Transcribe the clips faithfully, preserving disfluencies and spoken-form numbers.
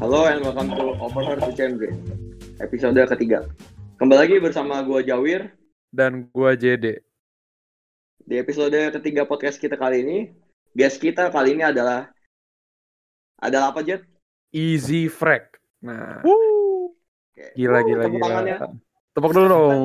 Halo and welcome to Overheard U C M G, episode ketiga. Kembali lagi bersama gua Jawir dan gua J D. Di episode ketiga podcast kita kali ini, guest kita kali ini adalah adalah apa, Jet? Easy Frag. Nah, Woo. gila Woo, gila tepuk gila. tangannya. Tepuk dulu dong.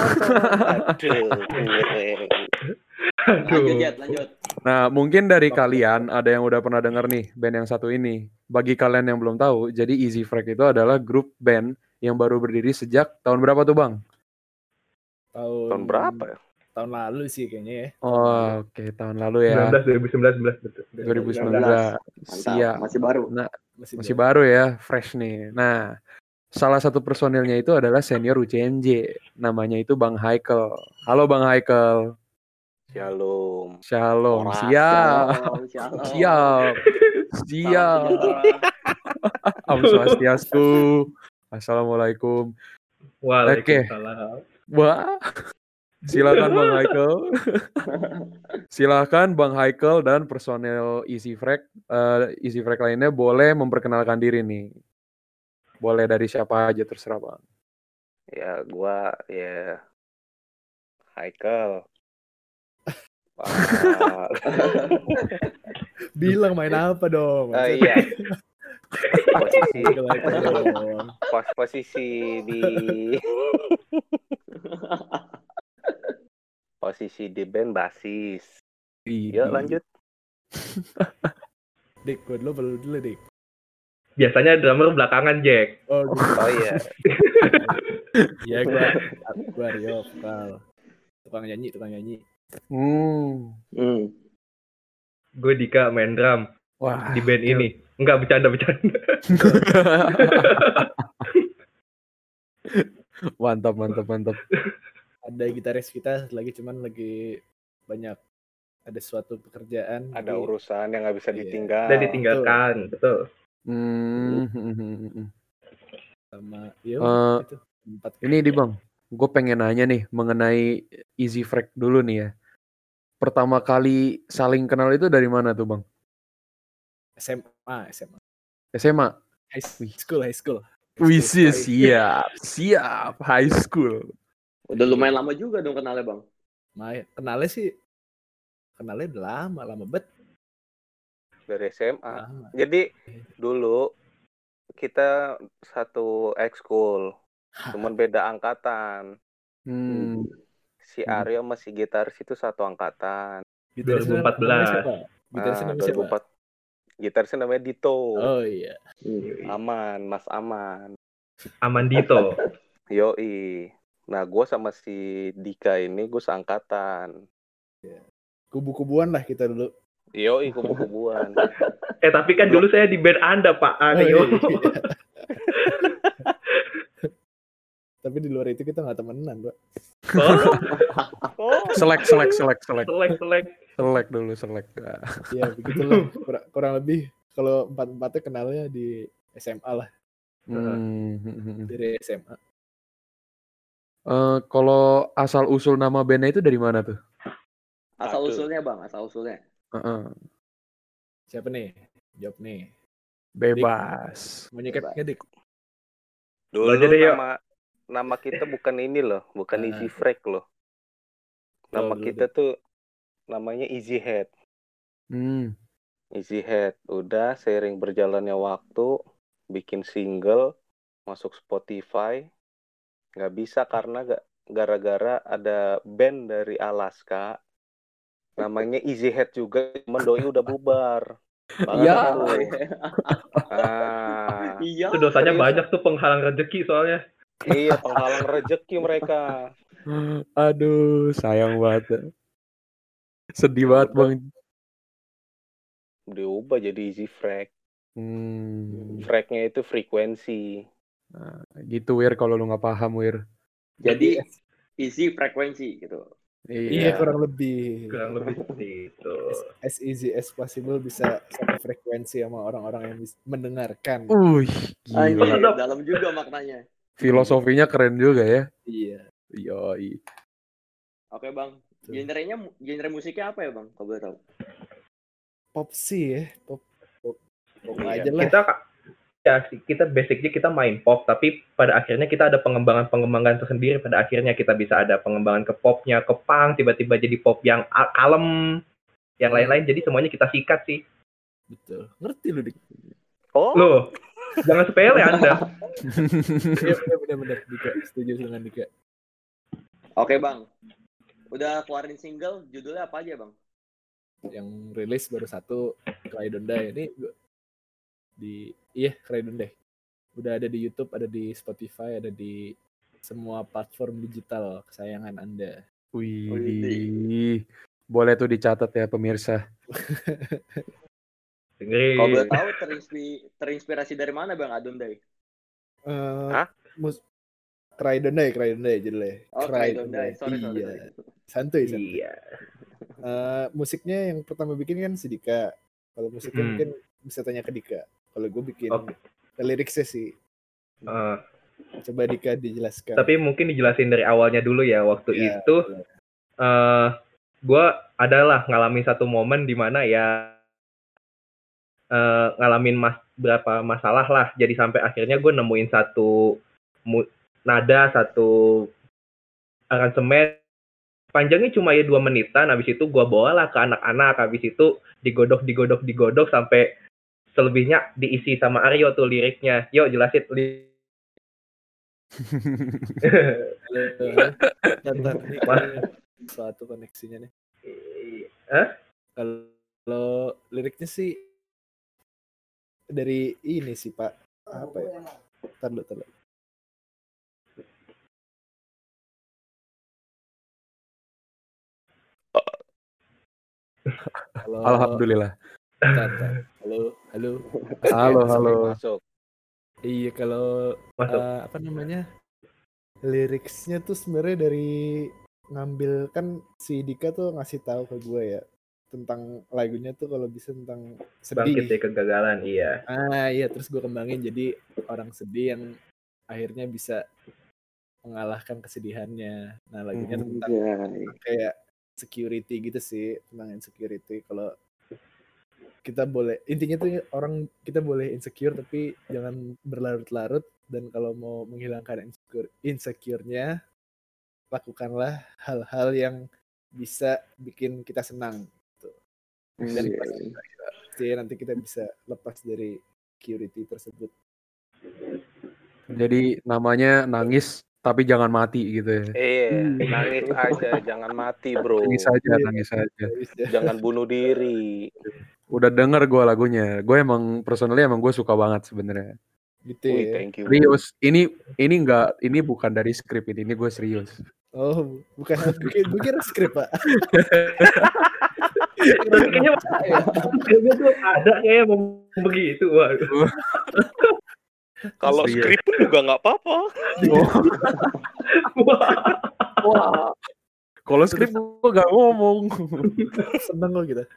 Lanjut, Jet, lanjut. Nah, mungkin dari kalian ada yang udah pernah denger nih band yang satu ini. Bagi kalian yang belum tahu, jadi Easy Frag itu adalah grup band yang baru berdiri sejak tahun berapa tuh, Bang? Tahun, tahun berapa ya? Tahun lalu sih kayaknya ya. Oh, oke, okay. Tahun lalu ya. dua ribu sembilan belas betul. dua ribu sembilan belas. Siap. Masih baru. Nah, masih, masih baru ya, fresh nih. Nah, salah satu personilnya itu adalah senior U C M J. Namanya itu Bang Haikal. Halo Bang Haikal. Shalom. Shalom. Orang. Siap. Shalom, shalom. Siap. Siap. Om Swastiastu. Assalamualaikum. Waalaikumsalam. Wah. Silakan Bang Haikal. Silakan Bang Haikal dan personel Easy Frag, uh, Easy Frag lainnya boleh memperkenalkan diri nih. Boleh dari siapa aja terserah Bang. Ya, gua ya Haikal. Bilang main apa dong? Uh, iya. Posisi pos posisi di posisi di band basis. Yuk lanjut. Dik, gue dulu perlu dulu Dik. Biasanya drummer belakangan, Jack. Oh, gitu. Oh iya. Iya, gue gue Rio vokal. Tukang nyanyi, tukang nyanyi. Hmm. Hmm. Gue Dika main drum. Wah, di band ini. Enggak bercanda bercanda. Mantap, mantap, mantap. Ada gitaris kita lagi cuman lagi banyak ada suatu pekerjaan. Ada jadi, urusan yang nggak bisa iya. ditinggal. Udah ditinggalkan, betul. Hmm. Sama yo Uh, itu empat. Ini di Bang, gue pengen nanya nih mengenai Easy Frag dulu nih ya. Pertama kali saling kenal itu dari mana tuh Bang? S M A, S M A. S M A? High school, high school. Wih, siap, siap, high school. Udah lumayan lama juga dong kenalnya, Bang. Maya, kenalnya sih kenalnya udah lama, lama bet. Dari S M A. Lama. Jadi dulu kita satu ekskul, cuman beda angkatan. Hmm. Si Aryo sama si gitaris itu satu angkatan. dua ribu empat belas. Gitarisnya Ah, namanya siapa? dua ribu empat. Gitarisnya namanya Dito. Oh iya. Aman, Mas Aman. Amandito. Yoi. Nah, gue sama si Dika ini gue seangkatan. Kubu-kubuan lah kita dulu. Yoi, kubu-kubuan. Eh tapi kan dulu saya di band Anda, Pak Aryo. Oh, iya. Tapi di luar itu kita nggak temenan, Pak. Oh, Oh, Selek, selek, selek, selek. selek selek. Selek dulu, selek. Nah. Ya begitulah. Kurang, kurang lebih kalau empat-empatnya kenalnya di S M A lah. Hmm. Dari S M A. Uh, kalau asal usul nama bandnya itu dari mana tuh? Asal Aduh. usulnya, Bang, asal usulnya. Uh-uh. Siapa nih? Jawab nih. Bebas. Mau nyekat nggak, Dik? dulu Aja deh, yuk. nama nama kita bukan ini loh, bukan Nah. Easy Frag loh. Nama dulu, kita tuh namanya Easy Head. Hmm. Easy Head. Udah seiring berjalannya waktu, bikin single, masuk Spotify. Nggak bisa karena gak, gara-gara ada band dari Alaska. Namanya Easy Head juga, cuman doi udah bubar. Banget Ya. tuh. Ah, Iya. Itu dosanya serius. banyak tuh penghalang rezeki soalnya. iya, penghalang rezeki mereka. Aduh, sayang banget. Sedih banget, Bang. Diubah jadi Easy Frag. Hmm. Fragnya itu frekuensi. Nah, gitu Wir kalau lu nggak paham Wir. Jadi isi frekuensi gitu. Iya, kurang lebih. Kurang lebih seperti itu. As, as easy as possible bisa satu frekuensi sama orang-orang yang bis- mendengarkan. Wih, Anjir, gila. dalam juga maknanya. Filosofinya keren juga ya. Iya. Yoi. Oke, Bang. Genrenya genre musiknya apa ya, Bang? Kalau boleh tahu. Pop sih ya, pop pop, pop Iya. aja lah. Kita ya kita basicnya kita main pop, tapi pada akhirnya kita ada pengembangan-pengembangan tersendiri. Pada akhirnya kita bisa ada pengembangan ke popnya, ke punk, tiba-tiba jadi pop yang a- kalem, yang lain-lain. Jadi semuanya kita sikat sih. Betul. Ngerti lu, Dik? Oh, Loh, jangan sepele Anda. Iya benar-benar Dika, setuju dengan Dika. Oke bang, udah keluarin single, judulnya apa aja bang? Yang rilis baru satu, Cry Don't Die. Ini gua- di iya Cry Don't Die. Udah ada di YouTube, ada di Spotify, ada di semua platform digital kesayangan Anda. Wih, boleh tuh dicatat ya pemirsa. Dengerin. Kalau boleh tahu terinspi- terinspirasi dari mana bang Adondai? Eh, Hah? mus Cry Don't Die, Cry Don't Die judulnya. Oh, Cry Don't Die. Sorry, sorry, Iya. sorry. Santuy, santuy. Iya. Eh, musiknya yang pertama bikin kan si Dika. Kalau musiknya Hmm. mungkin bisa tanya ke Dika. Kalau gue bikin Oke. liriknya sih. Eh, Coba Dika dijelaskan. tapi mungkin dijelasin dari awalnya dulu ya. Waktu Ya, itu boleh. eh gue adalah ngalamin satu momen di mana ya eh, ngalamin mas berapa masalah lah. Jadi sampai akhirnya gue nemuin satu mu- nada, satu aransemen. Panjangnya cuma ya dua menitan. Habis itu gue bawalah ke anak-anak. Habis itu digodok, digodok, digodok sampai selebihnya diisi sama Aryo tuh liriknya. Yuk jelasin. Li- Bentar, nih Wah. kayaknya suatu koneksinya nih. Hah? Kalau liriknya sih dari ini sih Pak. Apa ya? Bentar dulu, bentar dulu. Halo. Alhamdulillah. Bentar, bentar. Halo, halo. Halo, Ya, halo. masuk. Iya, kalau Masuk. eh, apa namanya? Liriksnya tuh sebenarnya dari ngambil kan si Dika tuh ngasih tahu ke gue ya tentang lagunya tuh kalau bisa tentang Bangkit sedih. dari kegagalan, iya. Ah iya, terus gue kembangin jadi orang sedih yang akhirnya bisa mengalahkan kesedihannya. Nah, lagunya Hmm, tentang Anjay. kayak security gitu sih, tentang insecurity. Kalau kita boleh, intinya tuh orang kita boleh insecure tapi jangan berlarut-larut, dan kalau mau menghilangkan insecure insecure-nya, lakukanlah hal-hal yang bisa bikin kita senang gitu. Dan Anjay. pasti nanti kita bisa lepas dari security tersebut. Jadi namanya nangis tapi jangan mati gitu ya. Iya, nangis aja, jangan mati bro. Nangis aja, nangis aja. Jangan bunuh diri. Udah denger gue lagunya. Gue emang personally emang gue suka banget sebenarnya. Gitu Wih, ya. thank you. Serius. Ini ini enggak ini bukan dari skrip ini. Ini gue serius. Oh, bukan gue gue kira skrip, Pak. Kayaknya kayaknya tuh ada kayak mau begitu. Waduh. Kalau Serius. skrip pun juga nggak apa-apa. Wah. Kalau skrip gue gak ngomong. Seneng kok kita.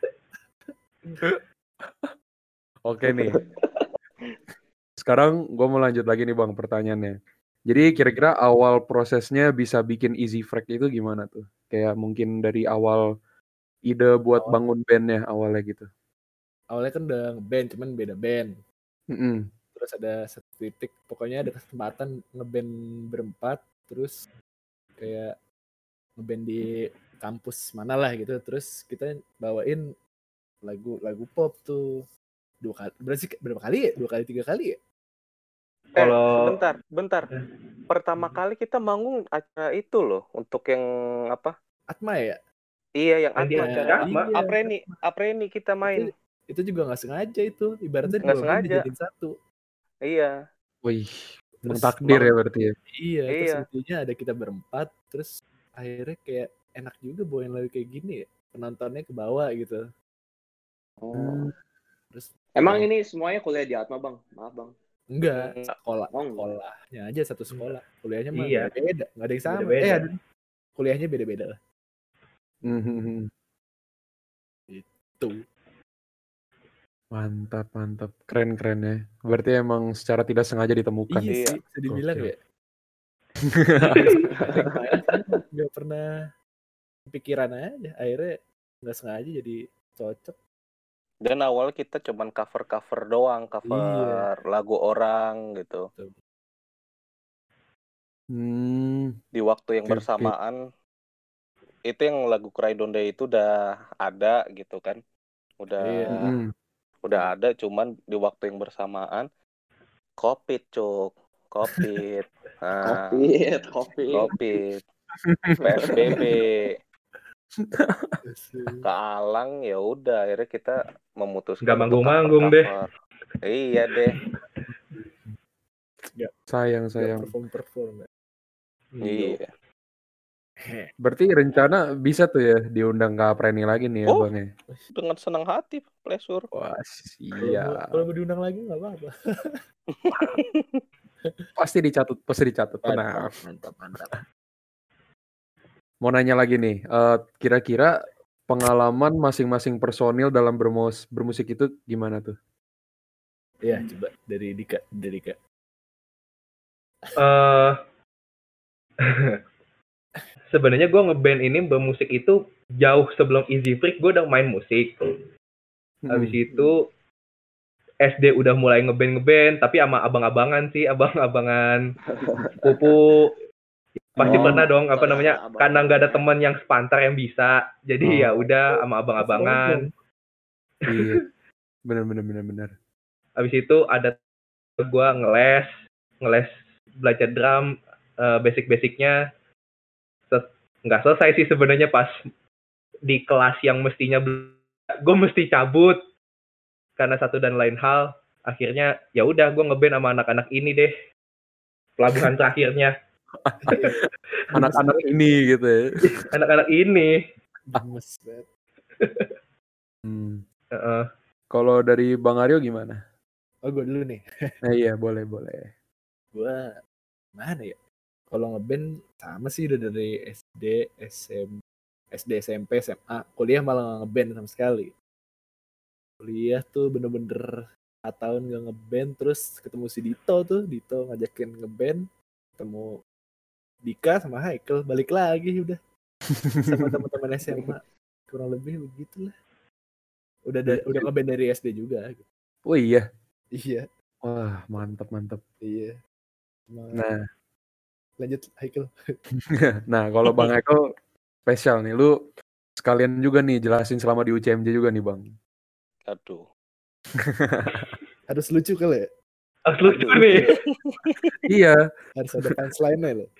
Oke nih. Sekarang gue mau lanjut lagi nih bang pertanyaannya. Jadi kira-kira awal prosesnya bisa bikin Easy Frag itu gimana tuh? Kayak mungkin dari awal ide buat Awal. bangun bandnya awalnya gitu. Awalnya kan udah ngeband, cuman beda band. Mm-mm. Terus ada satu titik, pokoknya ada kesempatan ngeband berempat, terus kayak ngeband di kampus mana lah gitu. Terus kita bawain lagu lagu pop tuh dua kali, berarti berapa kali ya? Dua kali, tiga kali ya? Eh, Kalau- sebentar, bentar. Pertama kali kita manggung acara itu loh, untuk yang apa? Atma ya? Iya, yang Yang di Atma. acara Atma. Iya. Apreni, Apreni kita main. Itu juga nggak sengaja itu, ibaratnya Nggak dua band sengaja. dijadiin satu. Iya. Wih, Terus mentakdir bang- ya berarti ya. Iya, terus Iya. intinya ada kita berempat, terus akhirnya kayak enak juga bawain lagu kayak gini ya, penontonnya ke bawah gitu. Oh. Terus Emang ini semuanya kuliah di Atma bang? Maaf bang. enggak, Enggak. sekolah, Oh, enggak. sekolahnya aja satu sekolah, kuliahnya mah Iya. beda, nggak ada yang sama. Beda-beda. Eh, ada, kuliahnya beda-beda lah. Mhm. Tuh. Mantap, mantap. Keren, keren ya. Berarti emang secara tidak sengaja ditemukan. Iya Iya. sih, bisa dibilang Oke. ya. Nggak pernah pikiran aja, akhirnya nggak sengaja jadi cocok. Dan awal kita cuman cover-cover doang, cover lagu orang gitu. Hmm, Di waktu yang oke, oke. bersamaan itu yang lagu Cry Don't Die itu udah ada gitu kan. Udah Iya. Mm-mm. udah ada, cuman di waktu yang bersamaan Covid, Cuk. Covid. Nah, Covid, Covid. Covid. P S B B. Kealang ya udah akhirnya kita memutuskan Nggak untuk manggung-manggung deh. cover-cover. Iya deh. Sayang, Nggak sayang. perform-perform ya. Iya. Berarti rencana bisa tuh ya diundang ke Apreni lagi nih ya, Oh. Bang ya? Dengan senang hati, pleasure. Wah, Kalau iya. mau, kalau mau diundang lagi nggak apa-apa. Pasti dicatat, pasti dicatat. Tenang. Mantap, mantap, mantap. Mau nanya lagi nih, eh, kira-kira pengalaman masing-masing personil dalam bermus bermusik itu gimana tuh? Iya, coba dari Dika, dari Dika. Eh sebenarnya gue ngeband ini bermusik itu jauh sebelum Easy Freak gue udah main musik. Habis Hmm. itu S D udah mulai ngeband-ngeband, tapi sama abang-abangan sih, abang-abangan sepupu. Pasti Oh, pernah dong, apa soalnya namanya, abang-abangan. karena nggak ada teman yang sepantar yang bisa, jadi Oh. ya udah sama abang-abangan. Iya, bener bener bener bener. Habis itu ada gue ngeles, ngeles belajar drum, eh, basic-basicnya. Ses- nggak selesai sih sebenarnya pas di kelas yang mestinya gue mesti cabut karena satu dan lain hal. Akhirnya ya udah gue ngeband sama anak-anak ini deh, pelabuhan terakhirnya. Anak-anak ini gitu ya. Anak-anak ini. Gemes banget. Hmm. Heeh. Kalau dari Bang Aryo gimana? Oh, gue dulu nih. Nah, iya, boleh boleh. Gue mana ya? Kalau ngeband sama sih udah dari S D, S M, S D, S M P, S M A. Kuliah malah nggak ngeband sama sekali. Kuliah tuh bener-bener empat tahun gak ngeband, terus ketemu si Dito tuh, Dito ngajakin ngeband, ketemu Dika sama Haikal, balik lagi udah sama teman-teman S M A, kurang lebih begitulah. Udah da- udah ngeband dari S D juga. Gitu. Oh iya. Iya, Wah, mantap mantap. iya. Cuma Nah, lanjut Haikal. nah kalau Bang Eko spesial nih, lu sekalian juga nih jelasin selama di U C M J juga nih, Bang. Aduh. Harus lucu kali ya? Harus lucu nih. Iya. Harus ada punchline-nya loh.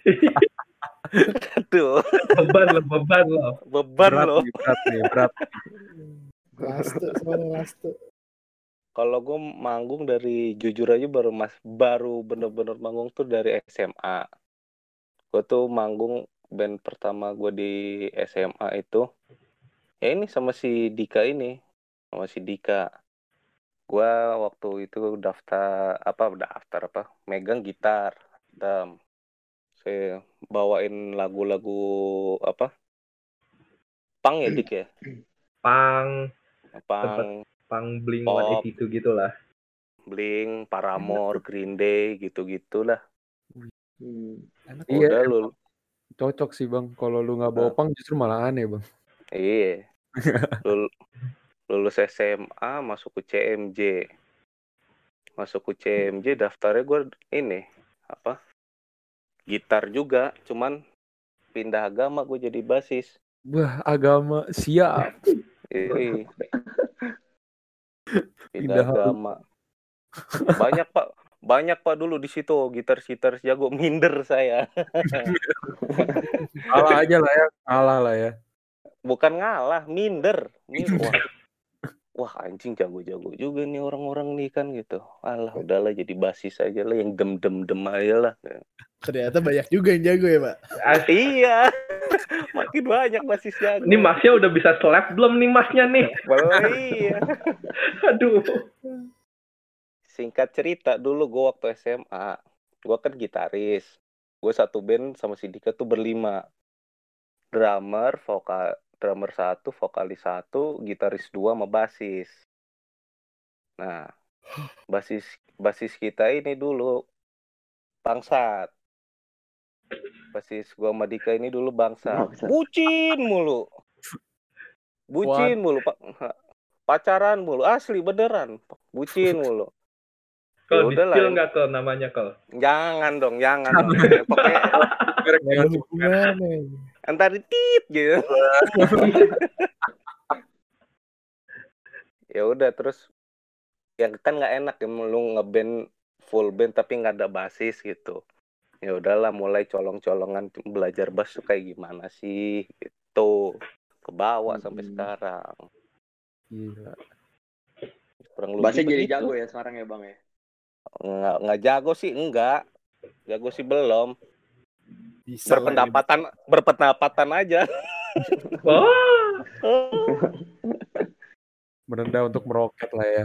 Aduh. Beban lo, beban lo. Beban Berat lo. nih, berat nih, berat. Lastu, semuanya lastu. Kalau gue manggung dari jujur aja baru mas baru bener-bener manggung tuh dari S M A. Gue tuh manggung band pertama gue di S M A itu. Ya ini sama si Dika ini, sama si Dika. Gue waktu itu daftar apa daftar apa megang gitar. Dan saya bawain lagu-lagu apa? Pang ya Dik ya? Pang, Pang, pang Blink Pop. seratus delapan puluh tujuh gitulah. Blink, Paramore, Green Day, gitu-gitulah. Hmm. Enak. Iya, Udah lu. cocok sih Bang. Kalau lu nggak bawa pang justru malah aneh, Bang. Iya. Lul, lulus S M A masuk ke C M J. Masuk ke C M J daftarnya gue ini apa? Gitar juga, cuman pindah agama gue jadi basis. Wah, agama siap. Iya. Pindah Pindah agama. Banyak Pak, banyak Pak dulu di situ gitar-gitar jago, minder saya. Kalah aja lah ya, kalah lah ya. Bukan ngalah, minder. Minder. Wah. Wah, anjing jago-jago juga nih orang-orang nih kan gitu. Alah, udahlah jadi basis aja lah yang dem-dem-dem aja lah. Ternyata banyak juga yang jago ya, Pak. Iya. Makin banyak basis jago. Ini masnya udah bisa slap belum nih masnya nih? Well, iya. Aduh. Singkat cerita, dulu gue waktu S M A, gue kan gitaris. Gue satu band sama si Dika tuh berlima. Drummer, vokal, drummer satu, vokalis satu, gitaris dua, sama basis. Nah, basis basis kita ini dulu bangsat. Basis gue sama Dika ini dulu bangsat. Bangsat. Bucin mulu. Bucin mulu, Pak. pacaran mulu, asli beneran, bucin mulu. Ya Kalau udah lah, di-spill nggak ke namanya Kal? jangan dong, jangan dong. Ya, pokoknya Merek Gak ada jangan hubungannya. entar ditit gitu. Ya udah terus ya kan nggak enak ya lu ngeband full band tapi nggak ada basis gitu. Ya udahlah mulai colong-colongan belajar bass tuh kayak gimana sih gitu. Kebawa sampai Mm-mm. sekarang. Gila. Kurang lebih Bassnya jadi begitu. jago ya sekarang ya bang ya. Nggak, nggak jago sih enggak. Jago sih belum. Bisa lah, Berpendapatan berpendapatan aja. Oh, Merendah untuk meroket lah ya.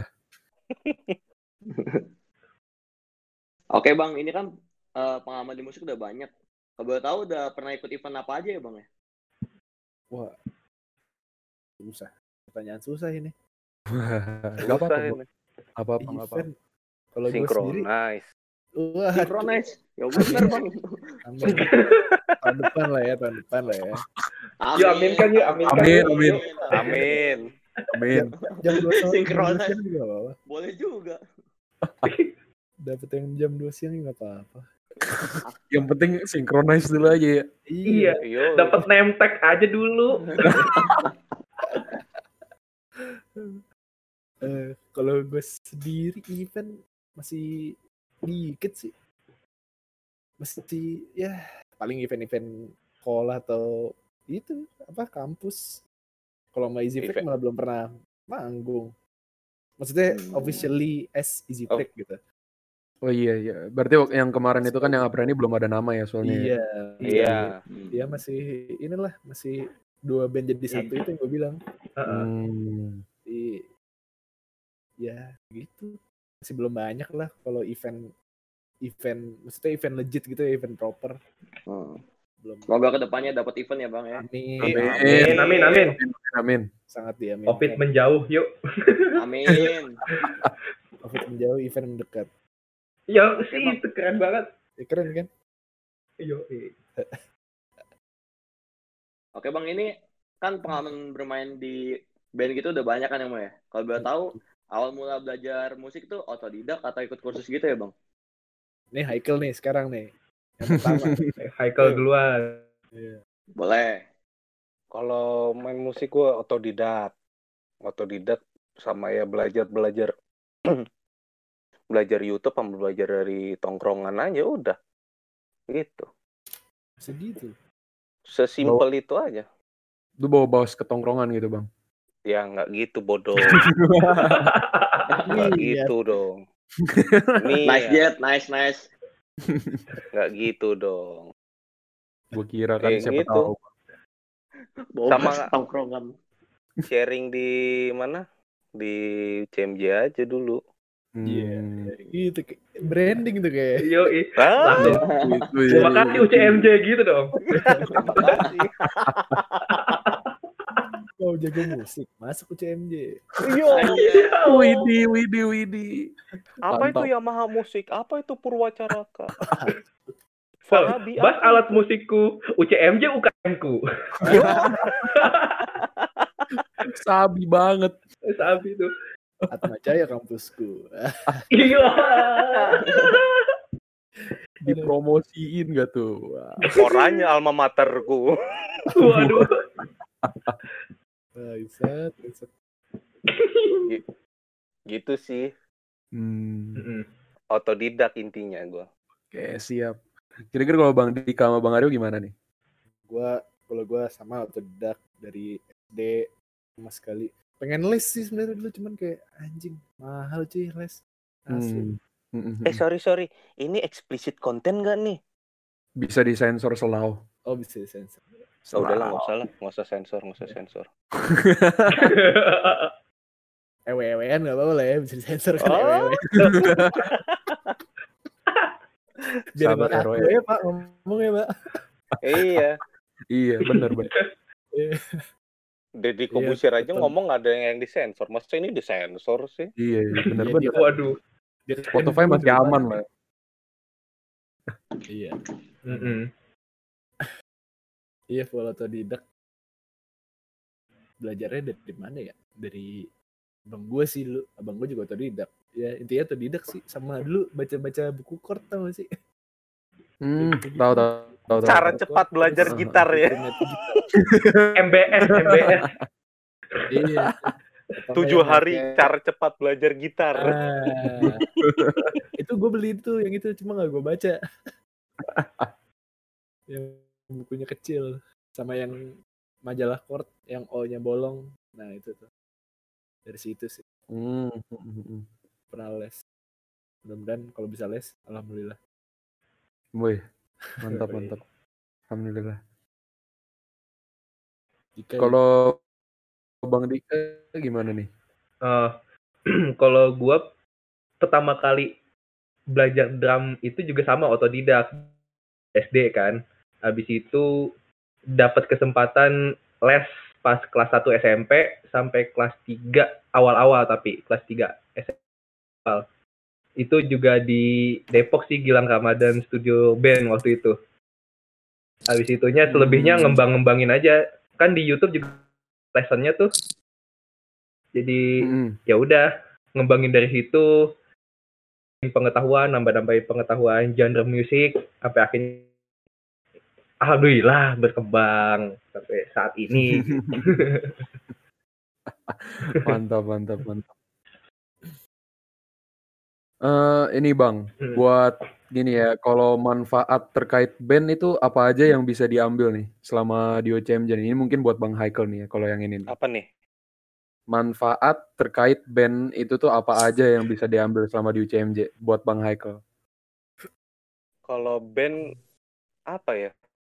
Oke bang, ini kan eh, pengalaman di musik udah banyak. Kalau boleh tahu udah pernah ikut event apa aja ya bang ya? Wah, susah. Pertanyaan susah ini. Gak apa-apa, Susah Bu. ini. Apa-apa, nggak apa-apa. Event. Kalau gue sendiri, Synchronize. wah, Synchronize. Ya bener bang. amin. Tahun depan lah ya, tahun depan lah ya. Yuk, aminkan, yuk, aminkan. Amin, amin. Amin. Amin. Jam dua siang, jam dua Synchronize. siang juga gak apa-apa. Boleh juga. Dapet yang jam dua siang juga gak apa-apa. Yang penting synchronize dulu aja ya. Iya. Yo. Dapat name tag aja dulu. Eh, kalau gue sendiri event masih dikit sih. Mesti ya paling event-event sekolah atau itu apa kampus. Kalau sama Easy Freak Event. malah belum pernah manggung. Maksudnya Hmm. officially as Easy Oh. Freak gitu. Oh iya, iya. Berarti wak- yang kemarin itu kan yang Aprani belum ada nama ya soalnya. Iya, Iya. Hmm. dia masih inilah masih dua band jadi satu itu yang gue bilang. Heeh. Hmm. Di ya gitu. Masih belum banyak lah kalau event event maksudnya event legit gitu ya, event proper. Hmm. Belum. Semoga kedepannya dapat event ya bang ya. Amin. Amin. Amin, amin. Amin. Sangat diamin. Covid menjauh, yuk. Amin. Covid menjauh, event mendekat. Ya sih, itu keren banget. Ya, keren kan? Yo, eh. Oke bang, ini kan pengalaman bermain di band gitu udah banyak kan ya bang ya. Kalau boleh tahu awal mula belajar musik tuh otodidak atau ikut kursus gitu ya bang? Nih Haikal nih sekarang nih. Yang pertama. Haikal duluan. Iya. Boleh. Kalau main musik gue otodidak. Otodidak sama ya belajar-belajar belajar YouTube sama belajar dari tongkrongan aja udah. Gitu. Segitu. Sesimpel itu aja. Lu bawa bawas ke tongkrongan gitu, Bang. Ya nggak gitu bodoh. Nggak Iya. gitu dong. Nih Nice ya, Jet, nice nice. nggak gitu dong. Gue kira kan Eh, siapa gitu. tahu. Bawa Sama- sama tongkrongan. Sharing di mana? Di C M J aja dulu. Iya. Hmm. Gitu kayak branding tuh kayak. Yo, eh. Ah, Langsung. Itu ya. Terima kasih U C M J gitu dong. terima kasih. Mau jago musik, masuk ke C M J. Anjir. Widi, Widi, Widi. Apa Mantap. itu Yamaha musik? Apa itu Purwacaraka? Kal, Farabi, Bas apa alat itu? musikku, U C M J U K M ku. Sabi banget. Sabi tuh. Atma Jaya kampusku. Iya. Dipromosiin gak tuh? Wah. Orangnya alma materku. Waduh. Bangsat, bangsat. Gitu sih. Hmm. Mm-mm. Otodidak intinya gue. Oke, siap. Kira-kira kalau Bang Dika sama Bang Aryo gimana nih? Gua kalau gua sama otodidak dari S D sama sekali. Pengen les sih sebenarnya dulu cuman kayak anjing mahal cuy les. Asli. Hmm. Hmm. Eh sorry sorry, ini explicit konten gak nih? Bisa disensor selau. Oh bisa sensor. Oh, udahlah nggak usah lah, nggak usah sensor, nggak usah sensor. Ewe-ewean gak apa-apa lah ya bisa disensor kan Oh. ewe-ewe. Biar Sahabat nggak R W. kaku ya Pak ngomong ya Pak. Iya, Iya, benar benar. Deddy Iya, Kobusir aja betul. ngomong ada yang disensor. Masa ini disensor sih? Iya, iya, benar Iya, benar. dia- Waduh. Dia kan Spotify dulu masih juga aman banyak. lah. Iya. Mm-mm. Iya full otodidak. Belajarnya dari mana ya? Dari abang gue sih dulu, abang gue juga otodidak. Ya intinya otodidak sih, sama dulu baca-baca buku chord tau gak sih? Hmm, Gitu-gitu. tahu tahu tahu tahu. Cara Chord, cepat terus belajar Heeh. gitar ya. Ultimate gitar. M B S, M B S. Iya. Atau Tujuh yang hari pakai- cara cepat belajar gitar. Ah, itu gue beli itu, yang itu cuma nggak gue baca. Yang bukunya kecil, sama yang majalah chord yang O-nya bolong. Nah itu tuh dari situ sih Hmm, hmm, hmm. pernah les. Mudah-mudahan kalau bisa les, alhamdulillah. Wih, mantap mantap. Alhamdulillah. Jika Kalau Bang Dika gimana nih? Eh, kalau gue pertama kali belajar drum itu juga sama otodidak S D kan. Habis itu dapat kesempatan les pas kelas satu S M P sampai kelas tiga awal-awal, tapi kelas tiga S M P awal. Itu juga di Depok sih, Gilang Ramadan Studio Band waktu itu. Habis itunya selebihnya Hmm. ngembang-ngembangin aja. Kan di YouTube juga lessonnya tuh. Jadi Hmm. ya udah ngembangin dari situ, pengetahuan, nambah-nambahin pengetahuan genre musik sampai akhirnya alhamdulillah berkembang sampai saat ini. Mantap mantap mantap. Eh ini Bang, Hmm. buat gini ya, kalau manfaat terkait band itu apa aja yang bisa diambil nih selama di O C M J? Ini mungkin buat Bang Haikal nih ya, kalau yang ini nih. Apa nih? Manfaat terkait band itu tuh apa aja yang bisa diambil selama di U C M J buat Bang Haikal? Kalau band apa ya?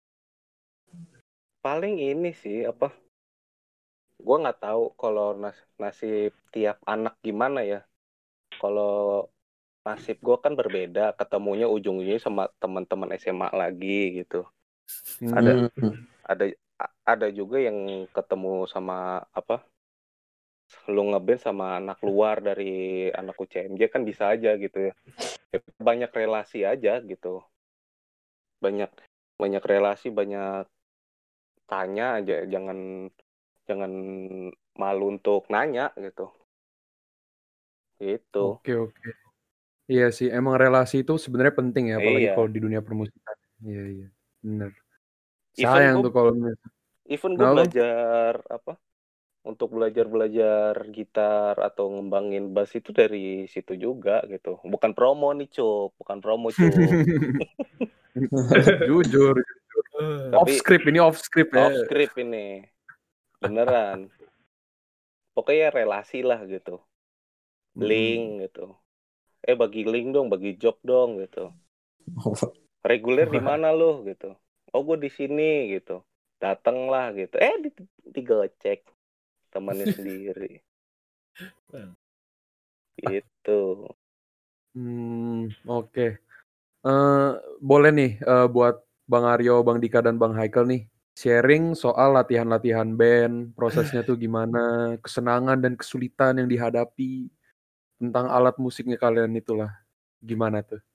Paling ini sih apa? Gue nggak tahu kalau nas- nasib tiap anak gimana ya. Kalau nasib gue kan berbeda, ketemunya ujung-ujungnya sama teman-teman S M A lagi gitu. Ada Hmm. ada a- ada juga yang ketemu sama apa? Lu ngeband sama anak luar dari anak U C M J kan bisa aja gitu ya. Banyak relasi aja gitu. Banyak banyak relasi, banyak tanya aja, jangan jangan malu untuk nanya gitu. Gitu. Oke oke. Iya sih, emang relasi itu sebenarnya penting ya, apalagi Iya. kalau di dunia permusikan. Iya iya, bener. Even Sayang gue tuh kalau misalnya. even gue Kenapa, Bang? belajar apa? Untuk belajar-belajar gitar atau ngembangin bass itu dari situ juga gitu. Bukan promo nih, Cuk. Bukan promo, Cuk. Jujur. Eh, Off Tapi script ini off script ya. off script ini. Beneran. Pokoknya relasi lah gitu. Mm-mm. Link gitu. Eh bagi link dong, bagi job dong gitu. Reguler di mana lo gitu. Oh gue di sini gitu. Dateng lah gitu. Eh di digocek temannya sendiri. Gitu. Hmm, oke. Eh, boleh nih eh, buat Bang Aryo, Bang Dika dan Bang Haikal nih sharing soal latihan-latihan band, prosesnya tuh gimana, kesenangan dan kesulitan yang dihadapi tentang alat musiknya kalian itulah. Gimana tuh?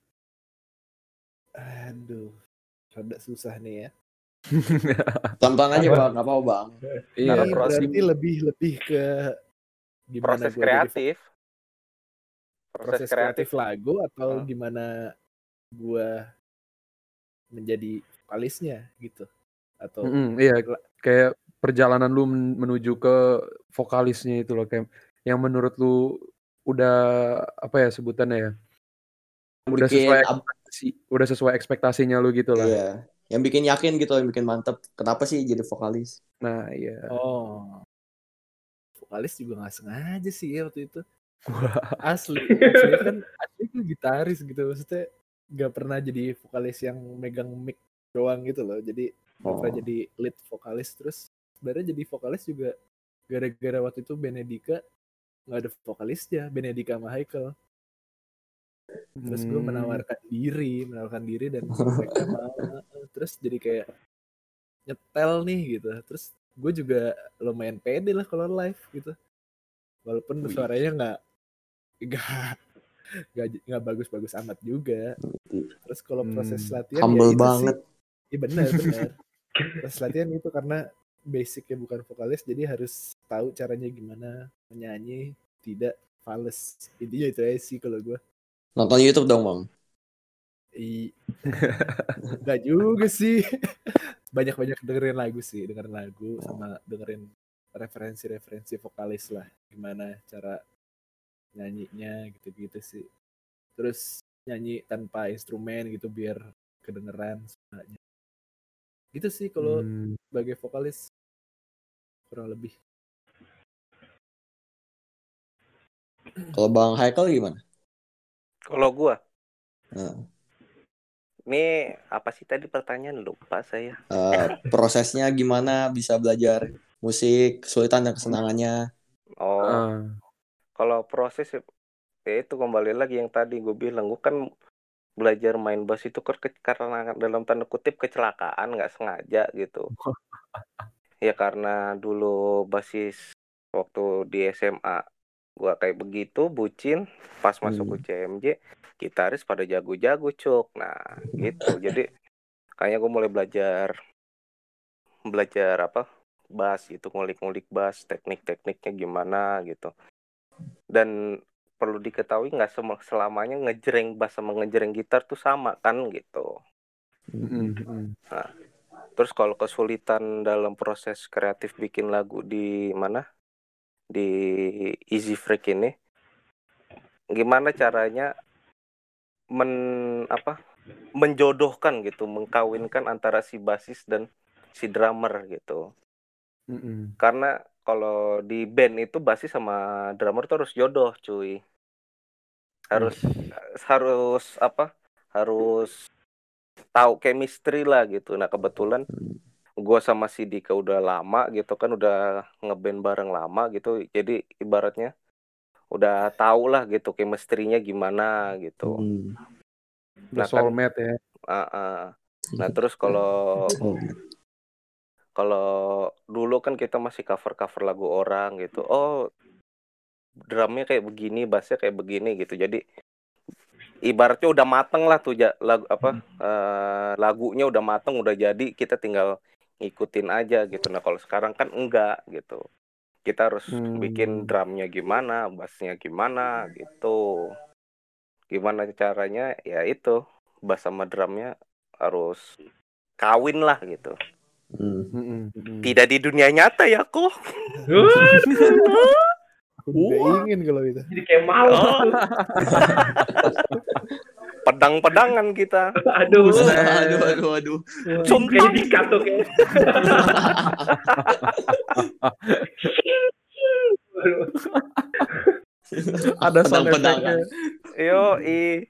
Aduh, rada susah nih ya. Tonton aja bang, nggak apa-apa bang. Iya, Karena Ini proses- berarti lebih lebih ke gimana Proses gua jadi kreatif. proses kreatif lagu atau Hmm. gimana gua menjadi vokalisnya gitu, atau Mm-mm, iya, kayak perjalanan lu men- menuju ke vokalisnya itu loh, kayak yang menurut lu udah apa ya sebutannya ya, udah Bikin sesuai ab- ekspektasi, udah sesuai ekspektasinya lu gitu lah. Iya, yang bikin yakin gitu, yang bikin mantep. Kenapa sih jadi vokalis? Nah, iya. oh vokalis juga nggak sengaja sih ya waktu itu. Asli, asli kan asli tuh gitaris gitu, maksudnya nggak pernah jadi vokalis yang megang mic doang gitu loh. Jadi nggak pernah Oh. jadi lead vokalis. Terus sebenarnya jadi vokalis juga gara-gara waktu itu Benedika nggak ada vokalisnya, Benedika sama Haikal. Terus gue Hmm, menawarkan diri, menawarkan diri dan mereka mau. Terus jadi kayak nyetel nih gitu. Terus gue juga lumayan pede lah kalau live gitu. Walaupun Wih. suaranya nggak nggak nggak nggak bagus-bagus amat juga. Terus kalau proses Hmm, latihan humble ya itu banget. sih. Iya benar benar. Proses latihan itu karena basicnya bukan vokalis, jadi harus tahu caranya gimana menyanyi tidak fals. Intinya itu aja sih kalau gue. Nonton YouTube dong, Bang. I... Gak juga sih. Banyak-banyak dengerin lagu sih, dengerin lagu sama dengerin referensi-referensi vokalis lah, gimana cara nyanyinya gitu-gitu sih. Terus nyanyi tanpa instrumen gitu biar kedengeran suaranya. Gitu sih kalau Hmm. sebagai vokalis kurang lebih. Kalau Bang Haikal gimana? Kalau gua, Nah, ini apa sih tadi pertanyaan, lupa saya. eh, prosesnya gimana bisa belajar musik, kesulitan dan kesenangannya? Oh, Ah. kalau proses ya itu kembali lagi yang tadi gue bilang, gue kan belajar main bass itu kan ke- karena dalam tanda kutip kecelakaan, nggak sengaja gitu. Ya karena dulu basis waktu di S M A gua kayak begitu bucin, pas masuk Hmm. U C M J gitaris pada jago-jago cuk. Nah gitu, jadi kayaknya gue mulai belajar belajar apa bass gitu, ngulik-ngulik bass, teknik-tekniknya gimana gitu. Dan perlu diketahui nggak sem- selamanya ngejreng bass sama ngejreng gitar tuh sama kan gitu. Mm, mm. Nah, terus kalau kesulitan dalam proses kreatif bikin lagu di mana? Di Easy Freak ini, gimana caranya men apa? menjodohkan gitu, mengkawinkan antara si basis dan si drummer gitu. Mm-mm. Karena kalau di band itu basis sama drummer tuh harus jodoh, cuy. Harus harus apa? Harus tahu chemistry lah gitu. Nah, kebetulan gue sama si Dika udah lama gitu kan, udah ngeband bareng lama gitu. Jadi ibaratnya udah tahu lah gitu chemistry-nya gimana gitu. Hmm. Udah Nah, kan soulmate ya. uh, uh. Nah, terus kalau Oh, kalau dulu kan kita masih cover-cover lagu orang gitu. Oh, drumnya kayak begini, bassnya kayak begini gitu. Jadi ibaratnya udah mateng lah tuh ja- lagu apa uh, lagunya udah mateng, udah jadi, kita tinggal ngikutin aja gitu. Nah, kalau sekarang kan enggak gitu. Kita harus Hmm. bikin drumnya gimana, bassnya gimana gitu. Gimana caranya? Ya itu, bass sama drumnya harus kawin lah gitu. hmm. Mm-mm, mm-mm. Tidak di dunia nyata ya kok. Aku juga Wah. ingin kalau itu. Jadi kayak malu. Oh. Pedang-pedangan kita. Aduh. Buset. Aduh, aduh, aduh. Kayak Dika tuh kayak. Ada sound Pedang-pedangan. effect-nya. Yo, i.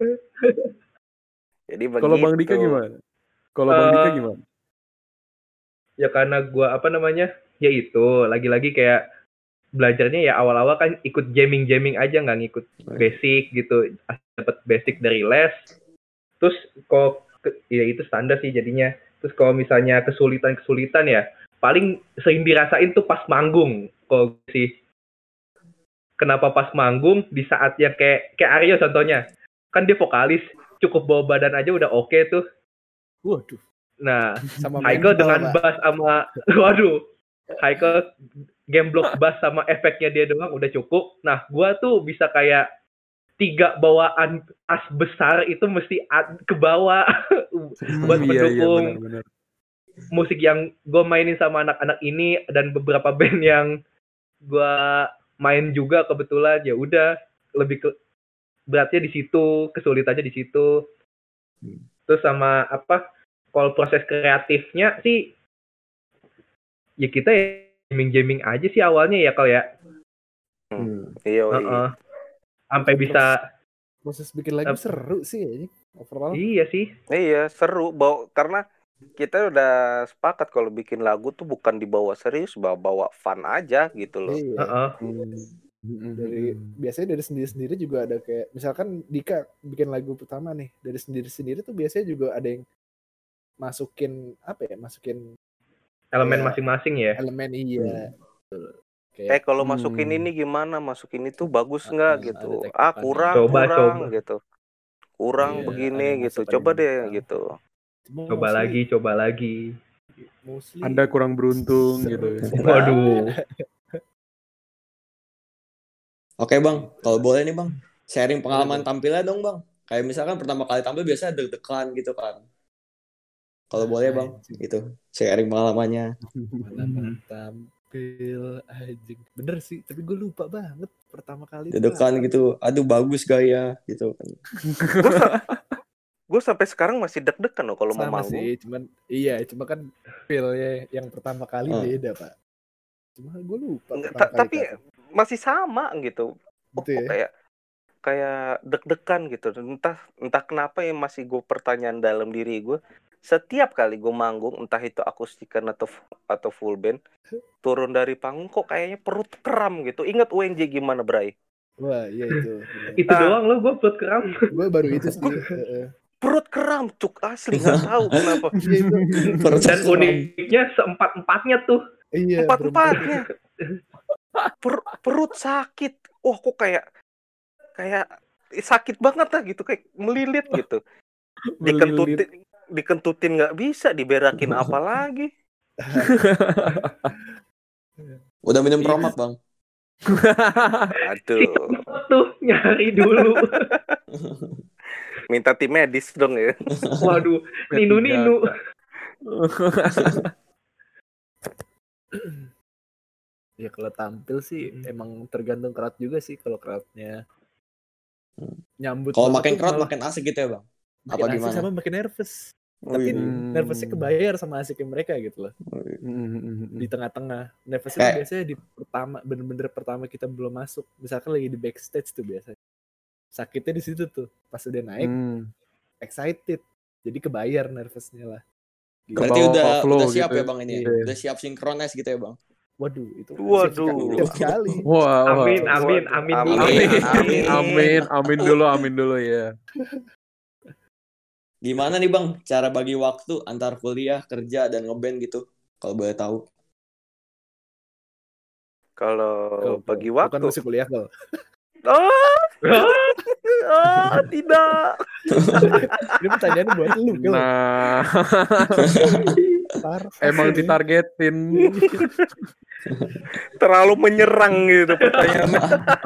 Jadi begitu. Kalau Bang Dika gimana? Kalau Bang Eh, Dika gimana? Ya karena gua apa namanya? Ya itu, lagi-lagi kayak belajarnya ya awal-awal kan ikut jamming-jamming aja, nggak ngikut basic gitu. Dapat basic dari les. Terus kok ya itu standar sih jadinya. Terus kalau misalnya kesulitan-kesulitan ya paling sering dirasain tuh pas manggung. Kalau sih kenapa pas manggung di saat yang kayak kayak Aryo contohnya. Kan dia vokalis, cukup bawa badan aja udah oke okay tuh. Waduh. Nah, Sama Haikal mental, dengan Pak. bass sama waduh. Haikal game block bass sama efeknya dia doang udah cukup. Nah, gua tuh bisa kayak tiga bawaan as besar itu mesti ad- ke bawah buat Hmm, iya, iya, mendukung benar-benar. musik yang gue mainin sama anak-anak ini dan beberapa band yang gue main juga kebetulan. Ya udah, lebih ke beratnya di situ, kesulitannya di situ. Terus sama apa, kalau proses kreatifnya sih ya kita jamming-jamming aja sih awalnya ya kalau ya. Hmm. Iya, Uh-uh. Sampai bisa Proses bikin lagu Ap- seru sih ya. Overall. iya sih. iya seru, bawa karena kita udah sepakat kalau bikin lagu tuh bukan dibawa serius, bawa bawa fun aja gitu loh. Iya. Uh-uh. Hmm. Mm-mm, Dari mm-mm. biasanya dari sendiri-sendiri juga ada kayak misalkan Dika bikin lagu pertama nih, dari sendiri-sendiri tuh biasanya juga ada yang masukin apa ya? Masukin Elemen Kayak masing-masing ya. elemen iya. Eh Kayak kalau Hmm. masukin ini gimana, masukin itu bagus nggak ada gitu. tektokannya. Ah kurang, Coba, kurang coba. gitu. Kurang Iya, begini ada yang gitu. masuk, ada Coba yang deh bukan. gitu. Cuma Coba mostly- lagi, coba lagi. mostly Anda kurang beruntung seru gitu. sih. Waduh. Oke bang, kalau boleh nih bang, sharing pengalaman tampilnya dong bang. Kayak misalkan pertama kali tampil biasanya deg-degan gitu kan. Kalau boleh bang, gitu sharing pengalamannya. Pengalaman tampil anjing. Bener sih, tapi gue lupa banget pertama kali. Deg-degan gitu, aduh bagus gaya gitu kan. Gue sa- gue sampai sekarang masih deg-degan loh kalau mau Sama manggung. sih, cuman iya, cuma kan feel-nya yang pertama kali Ah. beda pak. Cuma gue lupa Nggak, pertama ta- kali tapi kapan. masih sama gitu. Oh, Gitu kok ya. kayak kayak deg-degan gitu. Entah entah kenapa yang masih gue pertanyaan dalam diri gue. Setiap kali gue manggung, entah itu akustikan atau atau full band, turun dari panggung kok kayaknya perut kram gitu. Ingat U N J gimana, Bray? Wah iya itu. bener. Itu Ah. doang lo gue perut kram. Gue baru itu sih. heeh. Perut kram, cuk asli nggak tahu kenapa. Iya itu. Perut Dan kram. uniknya seempat-empatnya tuh. Iya. Empat-empatnya. Per- perut sakit. Wah, kok kayak kayak sakit banget lah gitu, kayak melilit gitu. Dikentutin dikentutin nggak bisa, diberakin apa lagi? Udah minum Promak bang? Aduh. Tuh nyari dulu. Minta tim medis dong ya. Waduh, ninu-ninu. Ya kalau tampil sih emang tergantung crowd juga sih. Kalau crowdnya nyambut. Kalau banget makin tuh crowd malah makin asik gitu ya bang? makin Apa asik gimana? sama makin nervous. Tapi Hmm. nervousnya kebayar sama asiknya mereka gitu loh. Di tengah-tengah. Nervousnya tuh Kayak- biasanya di pertama, bener-bener pertama kita belum masuk. Misalkan lagi di backstage tuh biasanya. Sakitnya di situ tuh. Pas udah naik, Hmm. excited. Jadi kebayar nervousnya lah. Gitu. Berarti Kebawa udah ke flow udah siap gitu ya ya. bang ini ya? Iya. Udah siap sinkronis gitu ya bang? Waduh, itu Waduh. siap sekali. Wah, wah. Amin, amin, amin dulu. Amin, Amin, amin, amin dulu, amin dulu ya. Gimana nih bang cara bagi waktu antar kuliah, kerja, dan ngeband gitu? Kalau boleh tahu. Kalau Kau- bagi kau waktu. kan masih kuliah kok. Oh, oh, tidak. Ini pertanyaannya buat lu, Kil. Nah, Parah. emang ditargetin. Terlalu menyerang gitu pertanyaannya.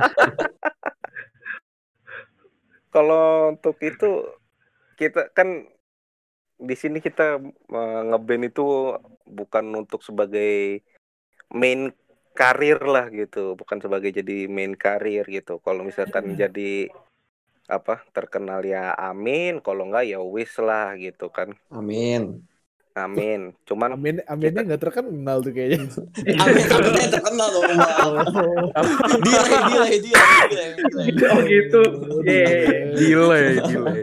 Kalau untuk itu kita kan di sini kita uh, ngeband itu bukan untuk sebagai main karir lah gitu, bukan sebagai jadi main karir gitu. Kalau misalkan jadi apa terkenal ya amin, kalau enggak ya wis lah gitu kan. Amin. Amin. Cuman Amin, aminnya nggak terkenal tuh kayaknya. Amin, aminnya terkenal dong bang. Delay, delay, delay, delay, delay. Oh gitu. Yeay. Delay, delay.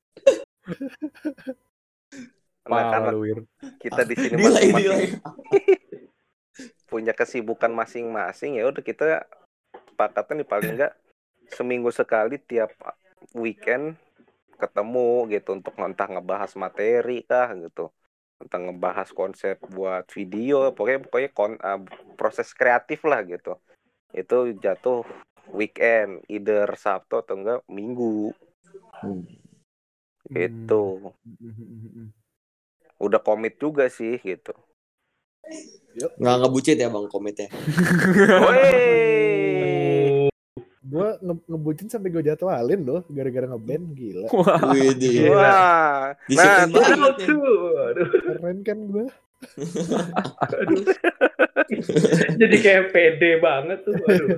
anak-anak Parah lu, Wir. kita di sini Delay, masing-masing delay. punya kesibukan masing-masing, ya udah kita sepakatan nih paling enggak seminggu sekali tiap weekend ketemu gitu untuk entah ngebahas materi kah gitu, entah ngebahas konsep buat video, pokoknya pokoknya kon, uh, proses kreatif lah gitu. Itu jatuh weekend, either Sabtu atau enggak Minggu. Hmm. Gitu. Udah komit juga sih gitu. Nggak ngebucit ya bang komitnya. Wey. Gue nge- ngebucin sampai gue jadwalin loh gara-gara ngeband, gila. Wah, Widih. Wah. Nah, Disiplin tuh banget Aduh, nih. tuh. Aduh, Keren kan gue. aduh. Jadi kayak pede banget tuh. Aduh.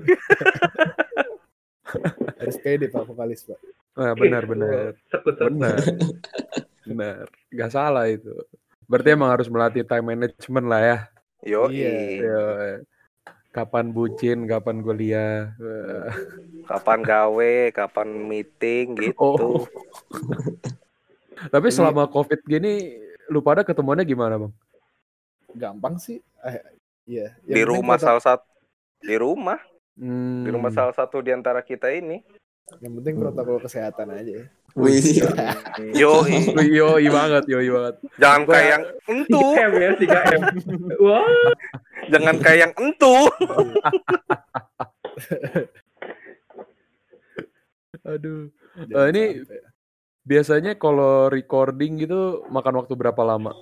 Harus pede pak vokalis pak. nah, benar, benar. Sekut-sekut. Benar. Benar. Gak salah itu. Berarti emang harus melatih time management lah ya. Yo, Iya. Yo, kapan bucin, kapan kuliah. Wah. kapan gawe, kapan meeting gitu. Oh. Tapi selama COVID gini, lu pada ketemuannya gimana, Bang? Gampang sih. Eh, iya. Di Yang penting rumah protokol- salah satu di rumah, Hmm. di rumah salah satu di antara kita ini. Yang penting protokol kesehatan aja. Widih. Yo, Yoi banget, yoi banget. jangan Gua- kayak yang entu, tiga M ya, tiga M. Wah. jangan kayak yang entu. Aduh. Jangan Eh, ini sampai. biasanya kalau recording gitu makan waktu berapa lama?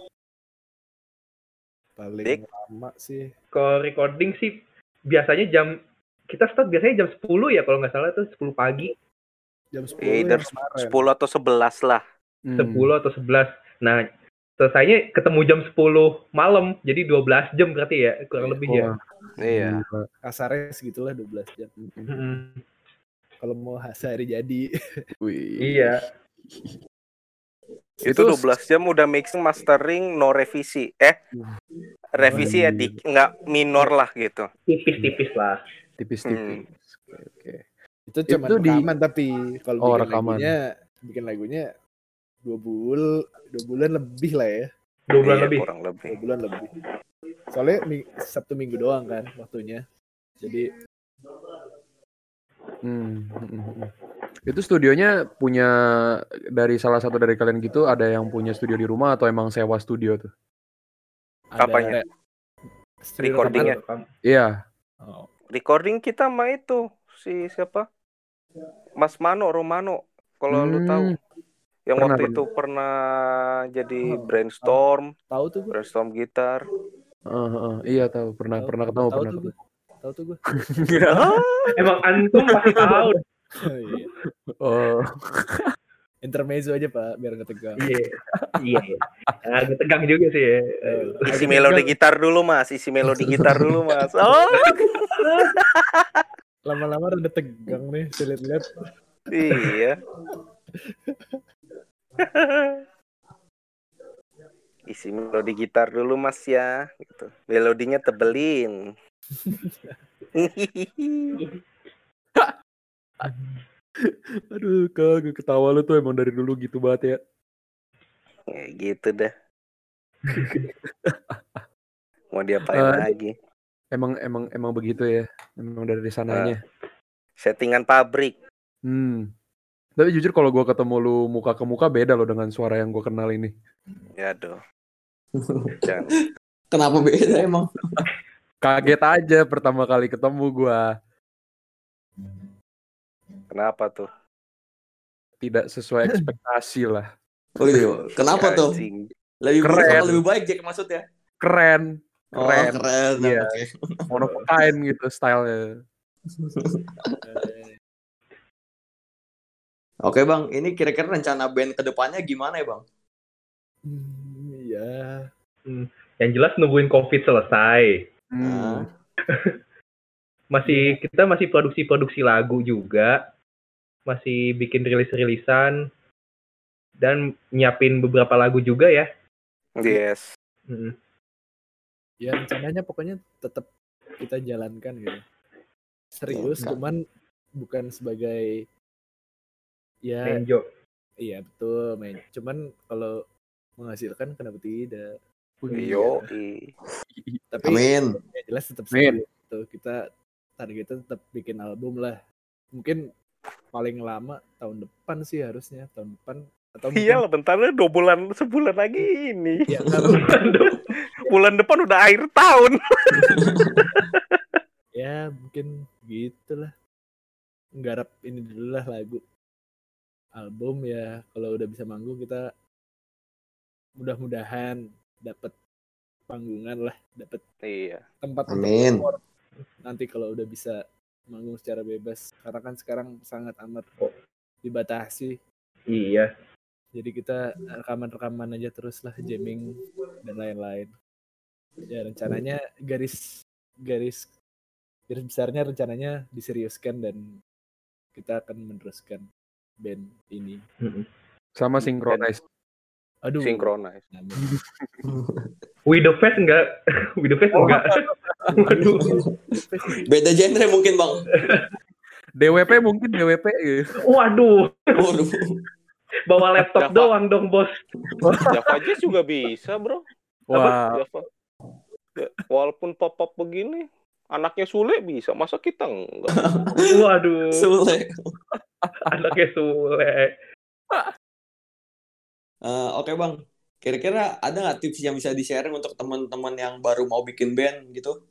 Paling Dik. lama sih. Kalau recording sih biasanya jam kita start biasanya jam sepuluh ya kalau nggak salah tuh sepuluh pagi. Jam sepuluh Either yang kemarin. sepuluh atau sebelas lah. Hmm. sepuluh atau sebelas. Nah, selesainya ketemu jam sepuluh malam. Jadi dua belas jam berarti ya, kurang lebih ya. Wah, Iya. gila. Kasarnya segitulah dua belas jam. Mm-mm. Kalau mau sehari jadi. Wih. Iya. Itu dua belas jam udah mixing, mastering, no revisi. Eh, revisi ya di nggak minor lah gitu. Tipis-tipis lah. Tipis-tipis. Hmm. Oke, oke. Itu cuma Itu di- rekaman tapi kalau Oh, bikin rekaman. lagunya, bikin lagunya dua bulan, dua bulan lebih lah ya. Dua bulan Iya, lebih. kurang lebih. Dua bulan lebih. Soalnya mi- Sabtu Minggu doang kan waktunya. Jadi Hmm, hmm, hmm, hmm. Itu studionya punya dari salah satu dari kalian gitu, ada yang punya studio di rumah atau emang sewa studio tuh? ada Apanya? re- studio Recordingnya? rekaman. Iya. Oh, Recording kita sama itu si siapa? Mas Mano Romano. Kalau lu Hmm, tahu. Yang pernah, waktu pernah. itu pernah jadi Oh, brainstorm, tahu tuh gue. brainstorm gitar. Uh, uh, iya tahu, pernah Tahu, pernah ketemu, tahu pernah tuh ketemu. gue. Tahu tuh gue. Emang antum pasti tahu. Iya. Oh, Intermezzo aja Pak, biar nggak tegang. Iya. Iya. iya. Agak tegang juga sih ya. Eh, Isi agak melodi tegang. gitar dulu, Mas. Isi melodi gitar dulu, Mas. Oh, Lama-lama udah tegang nih, saya lihat-lihat. iya. Isi melodi gitar dulu, Mas ya. Gitu. Melodinya tebelin. aduh, kagak ketawa lu tuh emang dari dulu gitu banget ya. Ya gitu dah. Mau diapain Eh, lagi? Emang emang emang begitu ya, emang dari sananya. Settingan pabrik. Hmm. Tapi jujur kalau gua ketemu lu muka ke muka beda loh dengan suara yang gua kenal ini. Ya aduh. Jangan. Kenapa beda emang? Kaget aja pertama kali ketemu gua. Kenapa tuh? Tidak sesuai ekspektasi lah. Oh iya, kenapa tuh? Anjing. Lebih buruk Keren. apa lebih baik Jack maksudnya? Keren. Oh, Keren. keren. Iya. Oke. One of a kind gitu stylenya. Oke Bang, ini kira-kira rencana band kedepannya gimana ya Bang? Hmm, iya. Yang jelas nungguin COVID selesai. Hmm. Nah, Masih kita masih produksi-produksi lagu juga. Masih bikin rilis-rilisan dan nyiapin beberapa lagu juga ya. Yes. Mm. Ya rencananya pokoknya tetap kita jalankan gitu. Serius, Ya, cuman bukan sebagai ya Menjo. iya betul main. Cuman kalau menghasilkan kenapa tidak? Yo. Tapi amin. ya jelas tetap Amin. serius gitu. Kita targetnya tetap bikin album lah. Mungkin paling lama tahun depan sih harusnya tahun depan atau mungkin Iya lah, bentar lah, dua bulan, sebulan lagi ini. ya, nggak- Bulan depan udah akhir tahun. ya mungkin gitulah. Nggarap ini dulu lah lagu album ya kalau udah bisa manggung kita mudah-mudahan dapat panggungan lah, dapat Iya. tempat Amin. untuk perform. Nanti kalau udah bisa manggung secara bebas karena kan sekarang sangat amat dibatasi. Iya. Jadi kita rekaman-rekaman aja terus lah, jamming dan lain-lain. Ya rencananya garis garis garis besarnya rencananya diseriuskan dan kita akan meneruskan band ini. Mm-mm. Sama synchronize. Aduh. Synchronize. Amin. With the Fest enggak? With the Fest enggak? Waduh. Beda genre mungkin Bang. D W P mungkin D W P gitu. Waduh. Waduh. Bawa laptop Java. doang dong, Bos. Java Jazz juga bisa, bro. Wah, Java. Ya, walaupun pop-pop begini, anaknya Sule bisa, masa kita enggak? Waduh. Sule. Anaknya Sule. Eh, Oke Bang, kira-kira ada nggak tips yang bisa di-sharing untuk teman-teman yang baru mau bikin band gitu?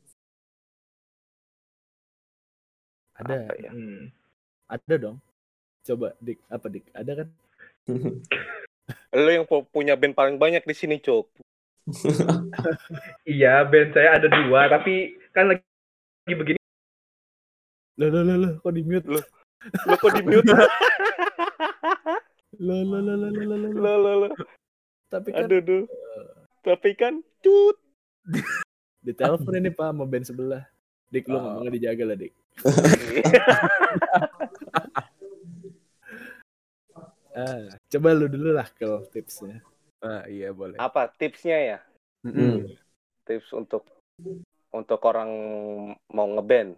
Ada. Apa ya? Hmm. Ada dong. Coba Dik, apa Dik? Ada kan? Lo yang pu- punya band paling banyak di sini, Cok. Iya, band saya ada dua, tapi kan lagi begini Loh, loh, loh, loh, kok di mute? Loh. Lo kok di mute? Loh, loh, loh, loh, loh, loh, loh. Lo lo lo. Tapi kan Aduh, aduh. Tapi kan cut. ditelepon ini Pak sama band sebelah. Dik, lu Oh. ngomongnya dijaga lah, Dik. Ah, coba lu dulu lah kalau tipsnya. Ah, iya boleh. Apa tipsnya ya? Mm-mm. Tips untuk untuk orang mau ngeband.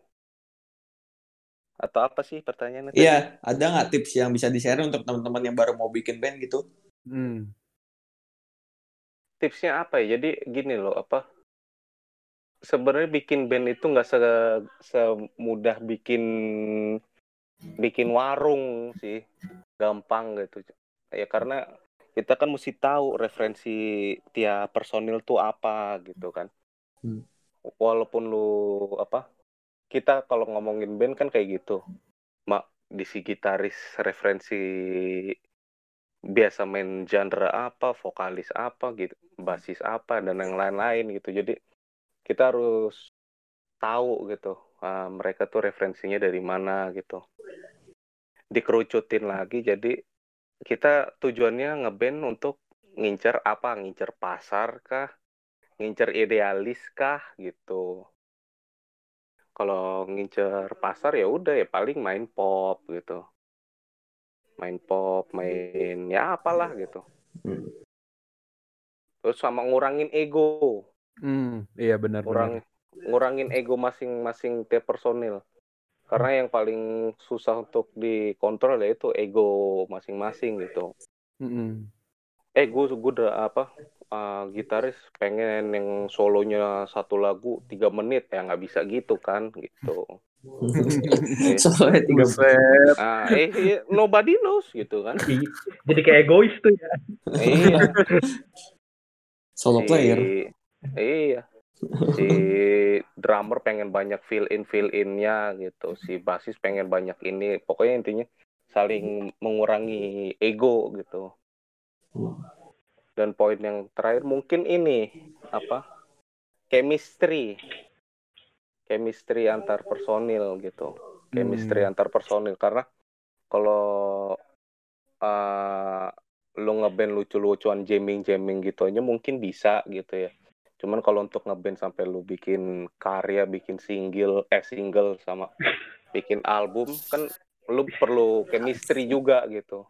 Atau apa sih pertanyaannya? tadi? Iya, ada nggak tips yang bisa di-share untuk teman-teman yang baru mau bikin band gitu? Hmm. Tipsnya apa ya? Jadi gini loh, apa? Sebenarnya bikin band itu nggak se semudah bikin bikin warung sih, gampang gitu. Ya karena kita kan mesti tahu referensi tiap personil tuh apa gitu kan. Hmm. Walaupun lu apa? Kita kalau ngomongin band kan kayak gitu. Mak di si gitaris referensi biasa main genre apa, vokalis apa gitu, basis apa dan yang lain-lain gitu. Jadi kita harus tahu gitu uh, mereka tuh referensinya dari mana gitu, dikerucutin lagi. Jadi kita tujuannya ngeband untuk ngincer apa, ngincer pasar kah, ngincer idealis kah gitu. Kalau ngincer pasar ya udah ya paling main pop gitu, main pop, main ya apalah gitu. Hmm. Terus sama ngurangin ego, Hmm, iya benar-benar. ngurang ngurangin ego masing-masing tiap personil. Karena yang paling susah untuk dikontrol yaitu ego masing-masing gitu. Mm-mm. Eh, gue gue udah apa uh, gitaris pengen yang solonya satu lagu tiga menit ya nggak bisa gitu kan gitu. Eh, Soalnya tiga Buset. ah, eh, eh, nobody knows gitu kan. Jadi kayak egois tuh ya. Iya. solo si, player. Iya. Si drummer pengen banyak fill in fill innya gitu. Si basis pengen banyak ini. Pokoknya intinya saling mengurangi ego gitu. Dan poin yang terakhir mungkin ini apa? Chemistry. Chemistry antar personil gitu. Chemistry Hmm. antar personil karena kalau uh, lu ngeband lucu-lucuan jamming-jamming gitu aja mungkin bisa gitu ya. Cuman kalau untuk ngeband sampai lu bikin karya, bikin single, eh single sama bikin album kan lu perlu chemistry juga gitu.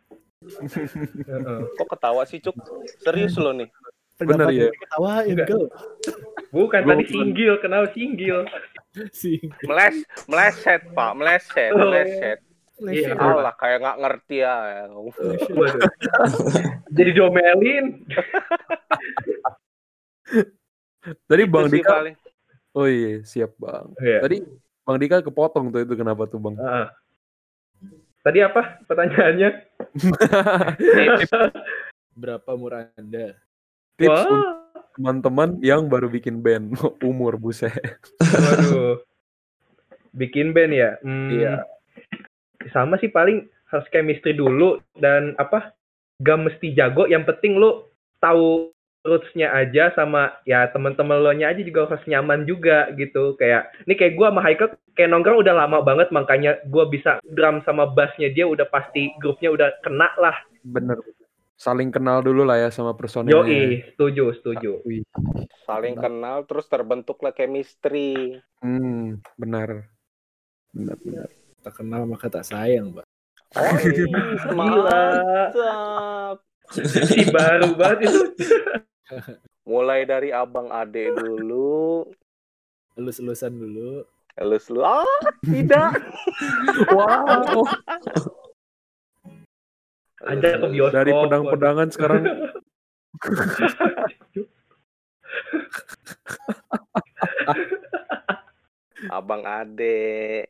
Kok ketawa sih, Cuk? Serius lo nih? Bener ya. Ketawain Enggak. Kel. Bukan Gua tadi bukan. single, kenal single. Si Meles, meleset, Pak, meleset, Oh, meleset. Iya. Alah, kayak nggak ngerti ya. Waduh. Jadi diomelin. Tadi Itu Bang sih Dika. paling. Oh iya, siap Bang. Iya. Tadi Bang Dika kepotong tuh, itu kenapa tuh Bang? Ah. Tadi apa pertanyaannya? berapa umur Anda? Tips Wah. untuk teman-teman yang baru bikin band. Umur buset. Waduh. Bikin band ya? Hmm, Iya. Sama sih paling harus chemistry dulu dan apa? Gak mesti jago, yang penting lu tahu roots-nya aja sama ya teman-teman lo nya aja juga harus nyaman juga gitu. Kayak ini kayak gua sama Haikal kayak nongkrong udah lama banget, makanya gua bisa drum sama bass-nya dia udah pasti groove-nya udah kena lah. Bener. Saling kenal dulu lah ya sama personilnya. Yoi, setuju, setuju. Wih. Saling kenal terus terbentuklah chemistry. Hmm, benar. Benar, benar. Tak kenal maka tak sayang, Pak. Oh, mantap. Si baru banget itu. Mulai dari Abang Ade dulu. Elus-elusan dulu. Elus lu. Ah, tidak. Wow. Ada ke bioskop. Dari pedang-pedangan sekarang. Abang Ade.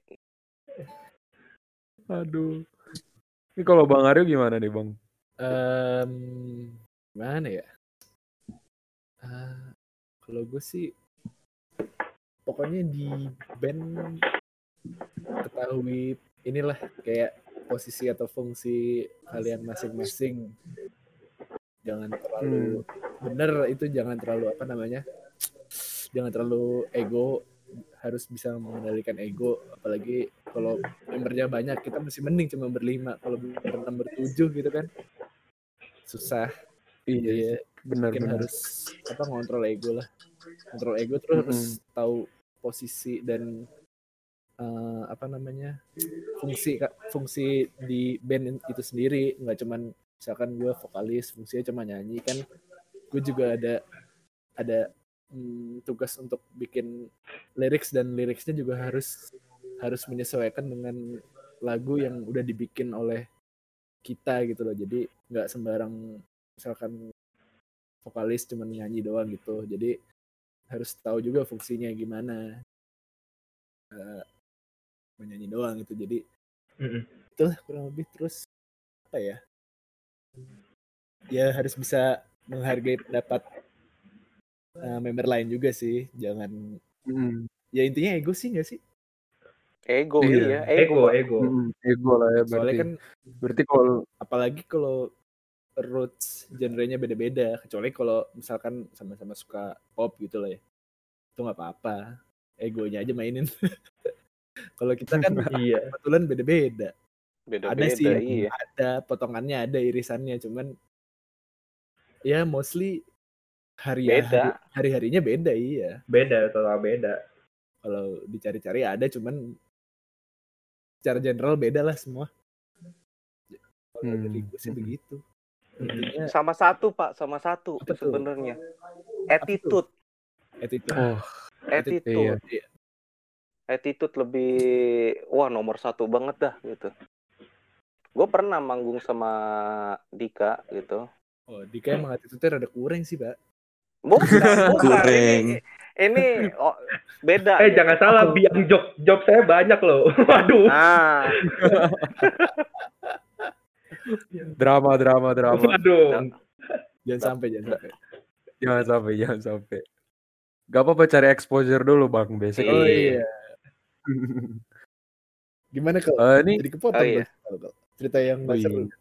Aduh. Ini kalau Bang Aryo gimana nih Bang? Um, mana ya? Uh, kalau gue sih pokoknya di band ketahui inilah kayak posisi atau fungsi kalian masing-masing. Jangan terlalu hmm. bener itu, jangan terlalu apa namanya? Jangan terlalu ego. harus bisa mengendalikan ego, apalagi kalau membernya banyak. Kita masih mending cuma berlima, kalau berenam bertujuh gitu kan susah. Iya, Jadi ya, benar mungkin benar. harus apa ngontrol ego lah, kontrol ego terus harus Mm-mm. tahu posisi dan eh, apa namanya fungsi fungsi di band itu sendiri. Nggak cuman misalkan gue vokalis fungsinya cuma nyanyi kan, gue juga ada ada hmm, tugas untuk bikin lyrics, dan liriknya juga harus harus menyesuaikan dengan lagu yang udah dibikin oleh kita gitu loh. Jadi nggak sembarang misalkan vokalis cuma nyanyi doang gitu. Jadi harus tahu juga fungsinya gimana, uh, menyanyi doang gitu. Jadi Mm-mm. itulah kurang lebih. Terus apa ya, ya harus bisa menghargai pendapat uh, member lain juga sih. Jangan Mm. ya intinya ego sih nggak sih? Ego, Iya. iya, ego, Ego, Pak. ego. Mm-mm. Ego lah ya Soalnya berarti. kan Berarti kalau apalagi kalau roots genrenya beda-beda, kecuali kalau misalkan sama-sama suka pop gitu lah ya, itu nggak apa-apa, egonya aja mainin. Kalau kita kan Iya. kebetulan beda-beda. Beda-beda, Ada sih, iya. ada potongannya, ada irisannya, cuman ya mostly hari Beda. hari harinya beda. Iya, Beda, total beda. kalau dicari-cari ada, cuman secara general beda lah semua. Kalau Hmm. dari gue sih Hmm. begitu. Intinya Sama satu, Pak, sama satu Apa tuh? sebenarnya. Attitude, attitude. Oh, attitude. Iya. Attitude lebih, wah nomor satu banget dah gitu. Gue pernah manggung sama Dika gitu. Oh, Dika emang attitude-nya rada kurang sih, Pak. Bukan, bukan. Kurang. Ini, ini oh, beda. Eh gitu. jangan salah, biang job job saya banyak loh. Waduh. Ah, drama drama drama. Waduh. Jangan sampai, jangan sampai. Jangan sampai, jangan sampai. Gak apa-apa cari exposure dulu Bang, basic. Oh Iya. iya. Gimana kalau Eh, ini jadi kepotong Oh, iya. Bang, kalau- kalau cerita yang nggak Oh, seru? iya.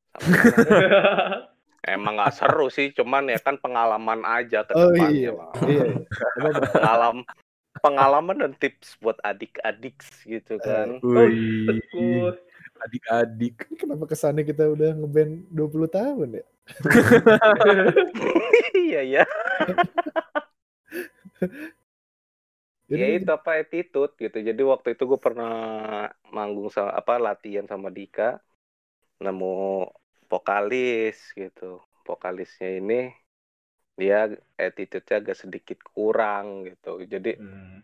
Emang nggak seru sih, cuman ya kan pengalaman aja ke Oh depannya. iya. Bang. Iya. iya. Apa-apa. Pengalaman, pengalaman dan tips buat adik-adik gitu kan. Wih, Oh, adik-adik. Ini kenapa kesannya kita udah ngeband dua puluh tahun ya? Iya ya. Jadi Ya itu apa attitude gitu. Jadi waktu itu gue pernah manggung sama apa latihan sama Dika, nemu vokalis gitu. Vokalisnya ini dia attitude-nya agak sedikit kurang gitu. Jadi Hmm.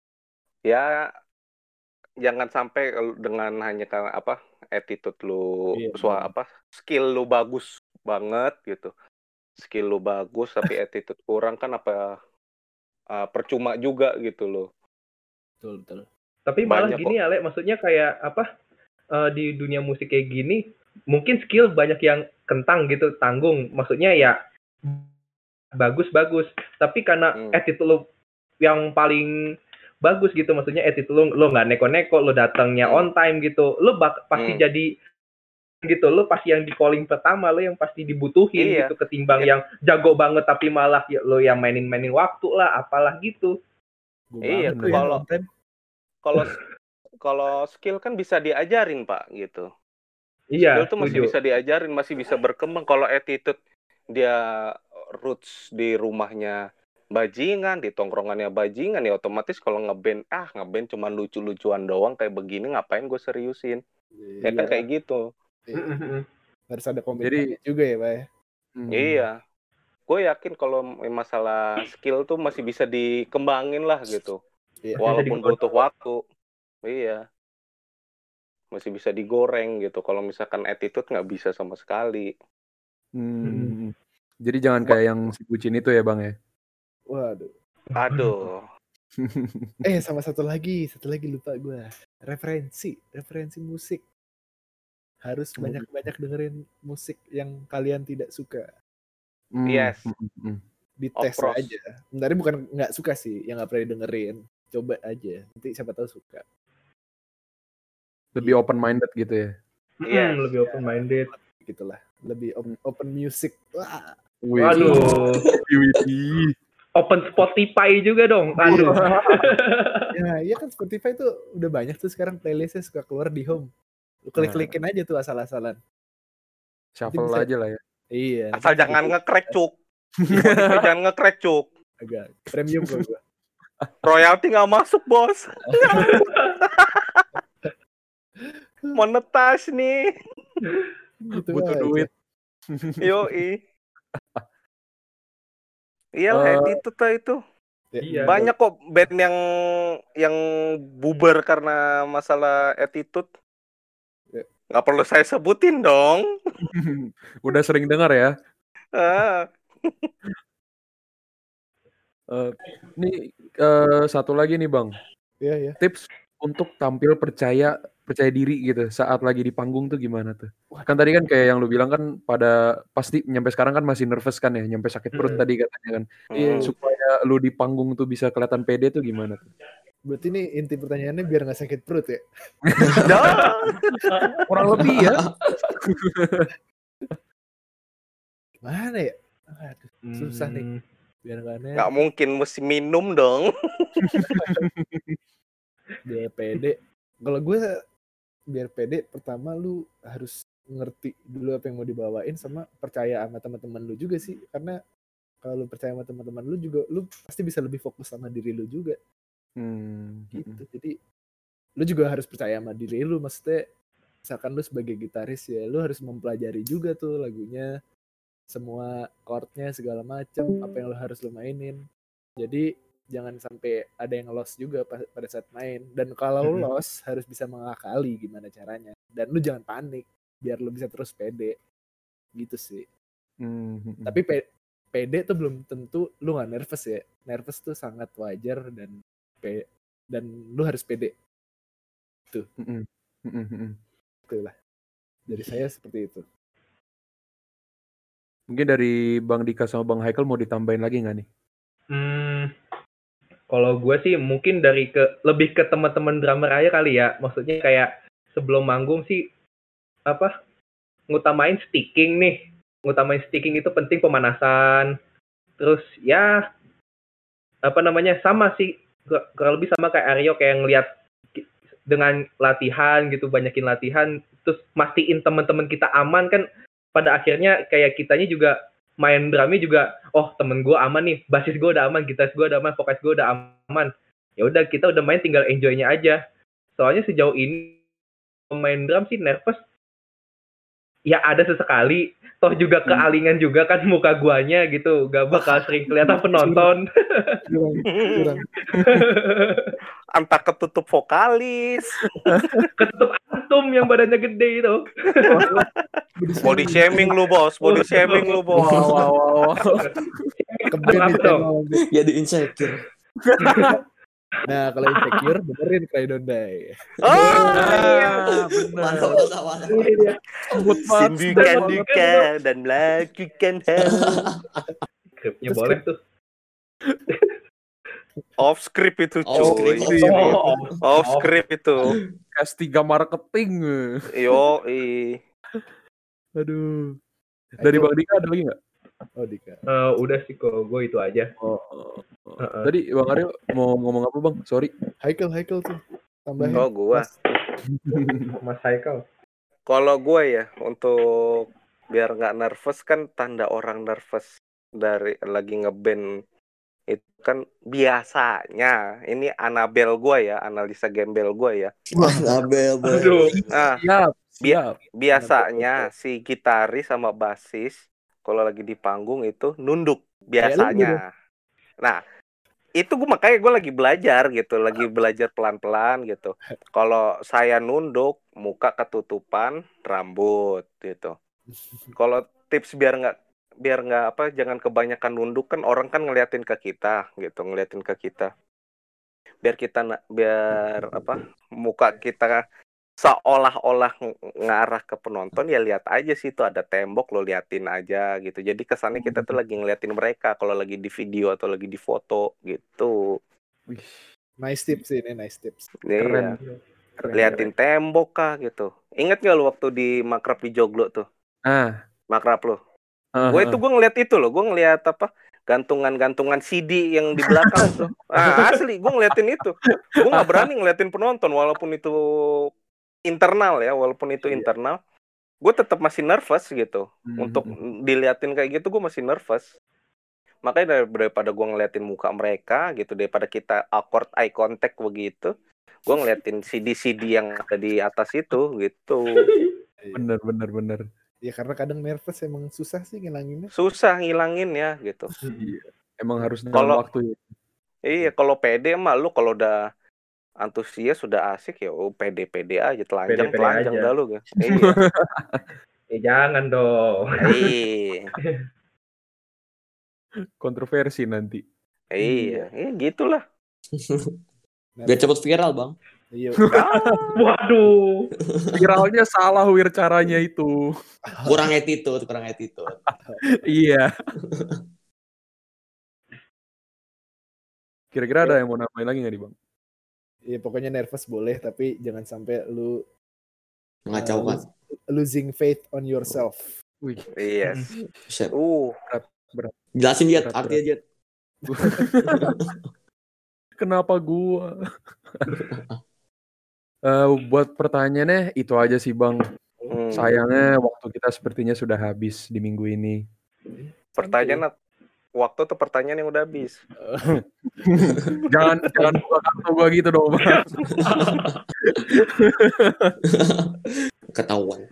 ya jangan sampai dengan hanya karena apa attitude lu Iya, sua benar. apa skill lu bagus banget gitu. Skill lu bagus tapi attitude kurang kan apa uh, percuma juga gitu loh. betul betul. Tapi malah Banyak gini ya, Le, maksudnya kayak apa eh, di dunia musik kayak gini, mungkin skill banyak yang kentang gitu, tanggung. Maksudnya ya bagus-bagus, tapi karena Hmm. attitude lo yang paling bagus gitu, maksudnya attitude lo lo nggak neko-neko, lo datangnya Hmm. on time gitu, lo bak pasti Hmm. jadi gitu, lo pasti yang di calling pertama, lo yang pasti dibutuhin Iya. gitu, ketimbang Iya. yang jago banget tapi malah ya, lo yang mainin-mainin waktu lah, apalah gitu. Gua Iya, banget tuh ya, kalau- on time. Kalau kalau skill kan bisa diajarin Pak gitu. Iya, Skill tuh masih setuju. bisa diajarin, masih bisa berkembang. Kalau attitude dia roots di rumahnya bajingan, di tongkrongannya bajingan, ya otomatis kalau ngeband, ah ngeband cuma lucu-lucuan doang kayak begini, ngapain gue seriusin? Ya kan Iya, kayak gitu. iya. Harus ada komitmen Jadi- juga ya, Pak ya. Hmm. Iya. Gue yakin kalau masalah skill tuh masih bisa dikembangin lah gitu. Iya. Walaupun digodok. butuh waktu. Iya. Masih bisa digoreng gitu. Kalau misalkan attitude nggak bisa sama sekali. Hmm. Jadi jangan kayak yang si bucin itu ya Bang ya. Waduh. Aduh. Eh, sama satu lagi, satu lagi lupa gue. Referensi, referensi musik. Harus Hmm. banyak-banyak dengerin musik yang kalian tidak suka. Hmm. Yes. Hmm, hmm. Dites Of course. aja. Benarnya bukan nggak suka sih, yang nggak pernah dengerin. Coba aja, nanti siapa tahu suka. Lebih open minded gitu ya. Yes. Hmm, lebih open minded. Gitulah. Lebih op- open music. Wah, Wih. Waduh. Wih. open Spotify juga dong. Aduh. Ya, iya kan Spotify tuh udah banyak tuh sekarang playlistnya suka keluar di home. Lu klik-klikin aja tuh asal-asalan. Shuffle bisa- aja lah ya. Iya. Asal nanti jangan bisa- nge-crack cuk. Spotify jangan nge-crack cuk. agak premium kok gua. Royalti nggak masuk bos. Monetas nih. Gitu Butuh aja. duit. Yoi. Iyalah Eh, attitude lah itu. Ya, Iya. Banyak kok band yang yang bubar karena masalah attitude. Ya. Nggak perlu saya sebutin dong. Udah sering dengar ya. Ah. Eh, Nih eh, satu lagi nih Bang. Iya, iya. Tips untuk tampil percaya percaya diri gitu saat lagi di panggung tuh gimana tuh? Kan tadi kan kayak yang lu bilang kan pada pasti nyampe sekarang kan masih nervous kan ya, nyampe sakit perut Hmm. tadi katanya kan. Iya. Hmm. Supaya lu di panggung tuh bisa kelihatan pede tuh gimana tuh? Berarti ini inti pertanyaannya biar nggak sakit perut ya. Dah. Kurang lebih ya. Mana ya? Aduh, susah nih. Hmm. Biar nggak aneh. Nggak mungkin mesti minum dong. Biar pede. Kalau gue biar pede, pertama lu harus ngerti dulu apa yang mau dibawain sama percaya sama teman-teman lu juga sih. Karena kalau lu percaya sama teman-teman lu juga, lu pasti bisa lebih fokus sama diri lu juga. Hmm. Gitu. Jadi lu juga harus percaya sama diri lu. Maksudnya misalkan lu sebagai gitaris ya, lu harus mempelajari juga tuh lagunya, semua chordnya segala macam, apa yang lu harus lu mainin. Jadi jangan sampai ada yang lost juga pas- pada saat main. Dan kalau Mhm. lost harus bisa mengakali gimana caranya. Dan lu jangan panik biar lu bisa terus pede. Gitu sih. Hmm. Tapi pe- pede tuh belum tentu lu nggak nervous ya. Nervous tuh sangat wajar dan pe- dan lu harus pede. Hmm. Hmm. Hmm. Itulah. Dari saya seperti itu. Mungkin dari Bang Dika sama Bang Haikal mau ditambahin lagi nggak nih? Hmm, kalau gue sih mungkin dari ke lebih ke teman-teman drummer aja kali ya. Maksudnya kayak sebelum manggung sih apa ngutamain sticking nih. Ngutamain sticking itu penting, pemanasan. Terus ya apa namanya sama sih kur- kurang lebih sama kayak Aryo, kayak ngelihat ki- dengan latihan gitu, banyakin latihan, terus mastiin teman-teman kita aman kan. Pada akhirnya kayak kitanya juga main drumnya juga, oh temen gue aman nih, basis gue udah aman, gitaris gue udah aman, vokalis gue udah aman. Ya udah kita udah main tinggal enjoy-nya aja. Soalnya sejauh ini main drum sih nervous. Ya ada sesekali, toh juga kealingan juga kan muka guanya gitu, gak bakal sering kelihatan penonton. Kurang, kurang. Entah ketutup vokalis. Ketutup antum yang badannya gede itu. Body shaming lu bos. Body shaming lu bos. Wow, wow, wow. Keben Apa nih dong? channel. Jadi insecure. Nah, kalau insecure benerin Cry Don't Die. Ah, Ah, benar. Mantap, mantap, mantap. Ini dia. Sebut banget. Sindikan duka dan melakukan hal. Skripnya Terus boleh tuh. Off script itu Off cuy. script, off script. Oh, Off script itu. S tiga marketing. Yo, i. Aduh. Dari Bang Dika ada lagi nggak? Oh, Dika. Eh, udah sih kok, gue itu aja. Oh, Heeh. tadi Bang Aryo mau ngomong apa Bang? Sorry. Haikal, Haikal tuh. Tambahin. Oh, gua. Mas Haikal. Kalau gue ya, untuk biar nggak nervous kan tanda orang nervous dari lagi ngeband itu kan biasanya, ini Anabel gue ya, analisa gembel gue ya. Wah, Nabel, boleh. Aduh. Nah, Siap, siap. biasanya si gitaris sama basis kalau lagi di panggung itu nunduk Kayak lu biasanya. Nah, itu gue makanya gue lagi belajar gitu, lagi belajar pelan-pelan gitu. Kalau saya nunduk, muka ketutupan, rambut gitu. Kalau tips biar nggak biar nggak apa, jangan kebanyakan nunduk, kan orang kan ngeliatin ke kita gitu, ngeliatin ke kita. Biar kita na- biar apa, muka kita seolah-olah ng- ngarah ke penonton, ya lihat aja sih itu ada tembok, lo liatin aja gitu. Jadi kesannya kita tuh lagi ngeliatin mereka kalau lagi di video atau lagi di foto gitu. Wih, Nice tips sih ini, nice tips. keren. Iya. Keren, Liatin tembok kah gitu. Ingat nggak lu waktu di Makrab di Joglo tuh? Ah, Makrab lo. ah, Gue ah. itu gue ngeliat itu loh, gue ngeliat apa? gantungan-gantungan C D yang di belakang tuh. Ah, asli, gue ngeliatin itu. Gue nggak berani ngeliatin penonton, walaupun itu internal ya, walaupun itu internal. Gue tetap masih nervous gitu. Hmm. Untuk diliatin kayak gitu, gue masih nervous. Makanya daripada gue ngeliatin muka mereka gitu, daripada kita awkward eye contact begitu, gue ngeliatin C D-C D yang ada di atas itu gitu. Bener bener bener. Ya karena kadang nervous emang susah sih ngilanginnya. Susah ngilangin ya gitu. Iya. Emang harus dalam Kalau- waktu ya. Iya, kalau pede mah lu kalau udah antusias sudah asik ya, oh pede-pede aja, telanjang Pede-pede telanjang aja. dah lu. Iya. Eh jangan dong. Iya. Kontroversi nanti. Iya, iya gitulah. Biar cepet viral, Bang. Iya. Waduh. Viralnya salah Wir caranya itu. Kurang attitude, kurang attitude. Iya. Kira-kira ada yang mau nambahin lagi nggak nih Bang? Iya pokoknya nervous boleh tapi jangan sampai lu Mengacaukan. uh, losing faith on yourself. Wih. Iya. Buset. Uh, Jelasin Jet, Berat, artinya Jet. Kenapa gua? Eh, buat pertanyaannya itu aja sih Bang. hmm. Sayangnya waktu kita sepertinya sudah habis di minggu ini. Pertanyaan waktu tuh pertanyaan yang udah habis. jangan jangan buka kartu gua gitu dong Bang. Ketahuan.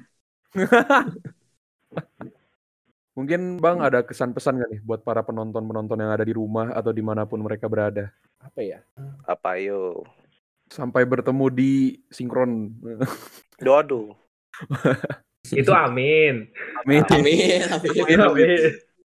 Mungkin Bang ada kesan pesan nggak nih buat para penonton-penonton yang ada di rumah atau dimanapun mereka berada? Apa ya? Apa yo? Sampai bertemu di sinkron. Dodo. Itu amin. Amin. Amin, amin. Amin.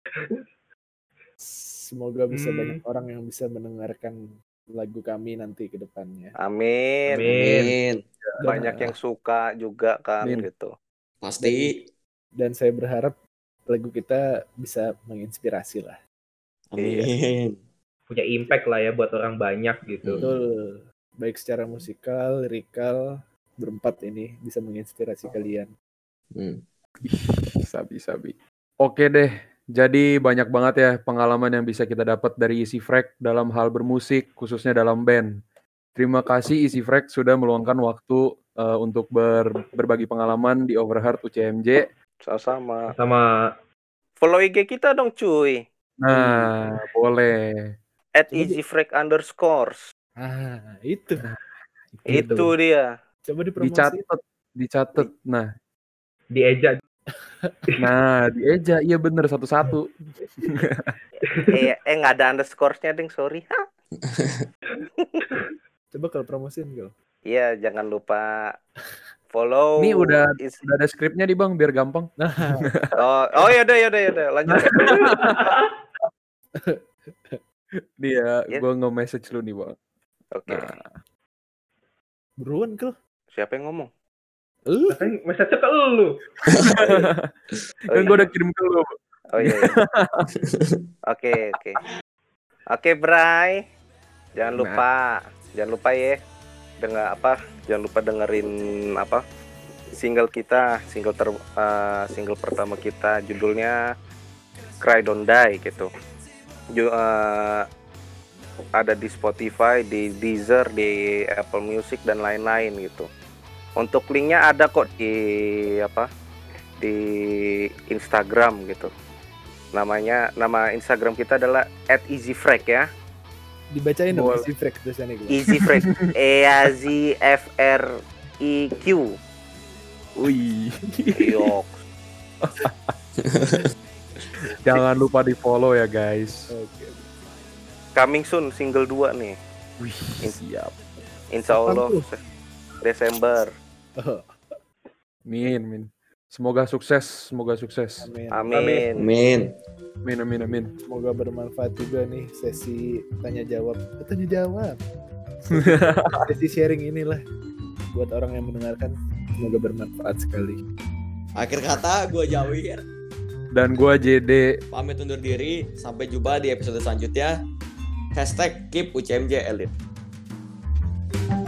Semoga bisa Hmm. banyak orang yang bisa mendengarkan lagu kami nanti ke depannya. Amin. Amin. Amin. Banyak yang suka juga kan Amin. gitu. Pasti. Dan saya berharap lagu kita bisa menginspirasi lah. Amin. Punya impact lah ya buat orang banyak gitu. Betul. Baik secara musikal, lirikal, berempat ini bisa menginspirasi kalian. Hmm. Sabi sabi. Oke deh. Jadi banyak banget ya pengalaman yang bisa kita dapat dari Easy Frag dalam hal bermusik, khususnya dalam band. Terima kasih Easy Frag sudah meluangkan waktu uh, untuk ber- berbagi pengalaman di Overheard U C M J. Sama-sama. Sama Follow I G kita dong cuy. Nah, boleh. At easyfreak underscores. Ah, itu. Itu dia. Coba dipromosi. Dicatat, dicatat. Nah, dieja. nah, dieja. Iya bener satu-satu. eh, eh nggak ada underscore-nya ding, sorry. Hah? Coba kalau promosiin gal. Iya, jangan lupa follow. Ini udah is- udah ada skripnya nih Bang, biar gampang. Oh, oh ya udah ya udah ya udah lanjut. Dia, Ya. gue nge-message lu nih Bang. Oke. Nah, Buruan kel. Siapa yang ngomong? Lu. Kan message ke lu. Oh, kan iya. gue udah kirim ke lu. Oh iya. iya. Oke, oke. Oke, Bray. Jangan Nah. lupa, jangan lupa ya. Dengar apa? Jangan lupa dengerin apa? Single kita, single ter uh, single pertama kita judulnya Cry Don't Die gitu. Ju, uh, ada di Spotify, di Deezer, di Apple Music dan lain-lain gitu. Untuk linknya ada kok di apa? Di Instagram gitu. Namanya nama Instagram kita adalah at easyfreak ya. Dibacain dong Boleh. si Frek tulisannya gue. Easyfreak. E A Z F R I Q. Wih. Yok. Jangan lupa di follow ya guys. Oke. Coming soon single dua nih. Wih, siap. Insya Allah Kapan tuh? Desember. Oh, Min, min. Semoga sukses, semoga sukses. amin. Amin. Amin. Amin, amin, amin. Semoga bermanfaat juga nih sesi tanya jawab. Eh, tanya jawab. Sesi sharing inilah buat orang yang mendengarkan. Semoga bermanfaat sekali. Akhir kata gue Jawir. Dan gua J D. Pamit undur diri. Sampai jumpa di episode selanjutnya. Hashtag keep U C M J Elite.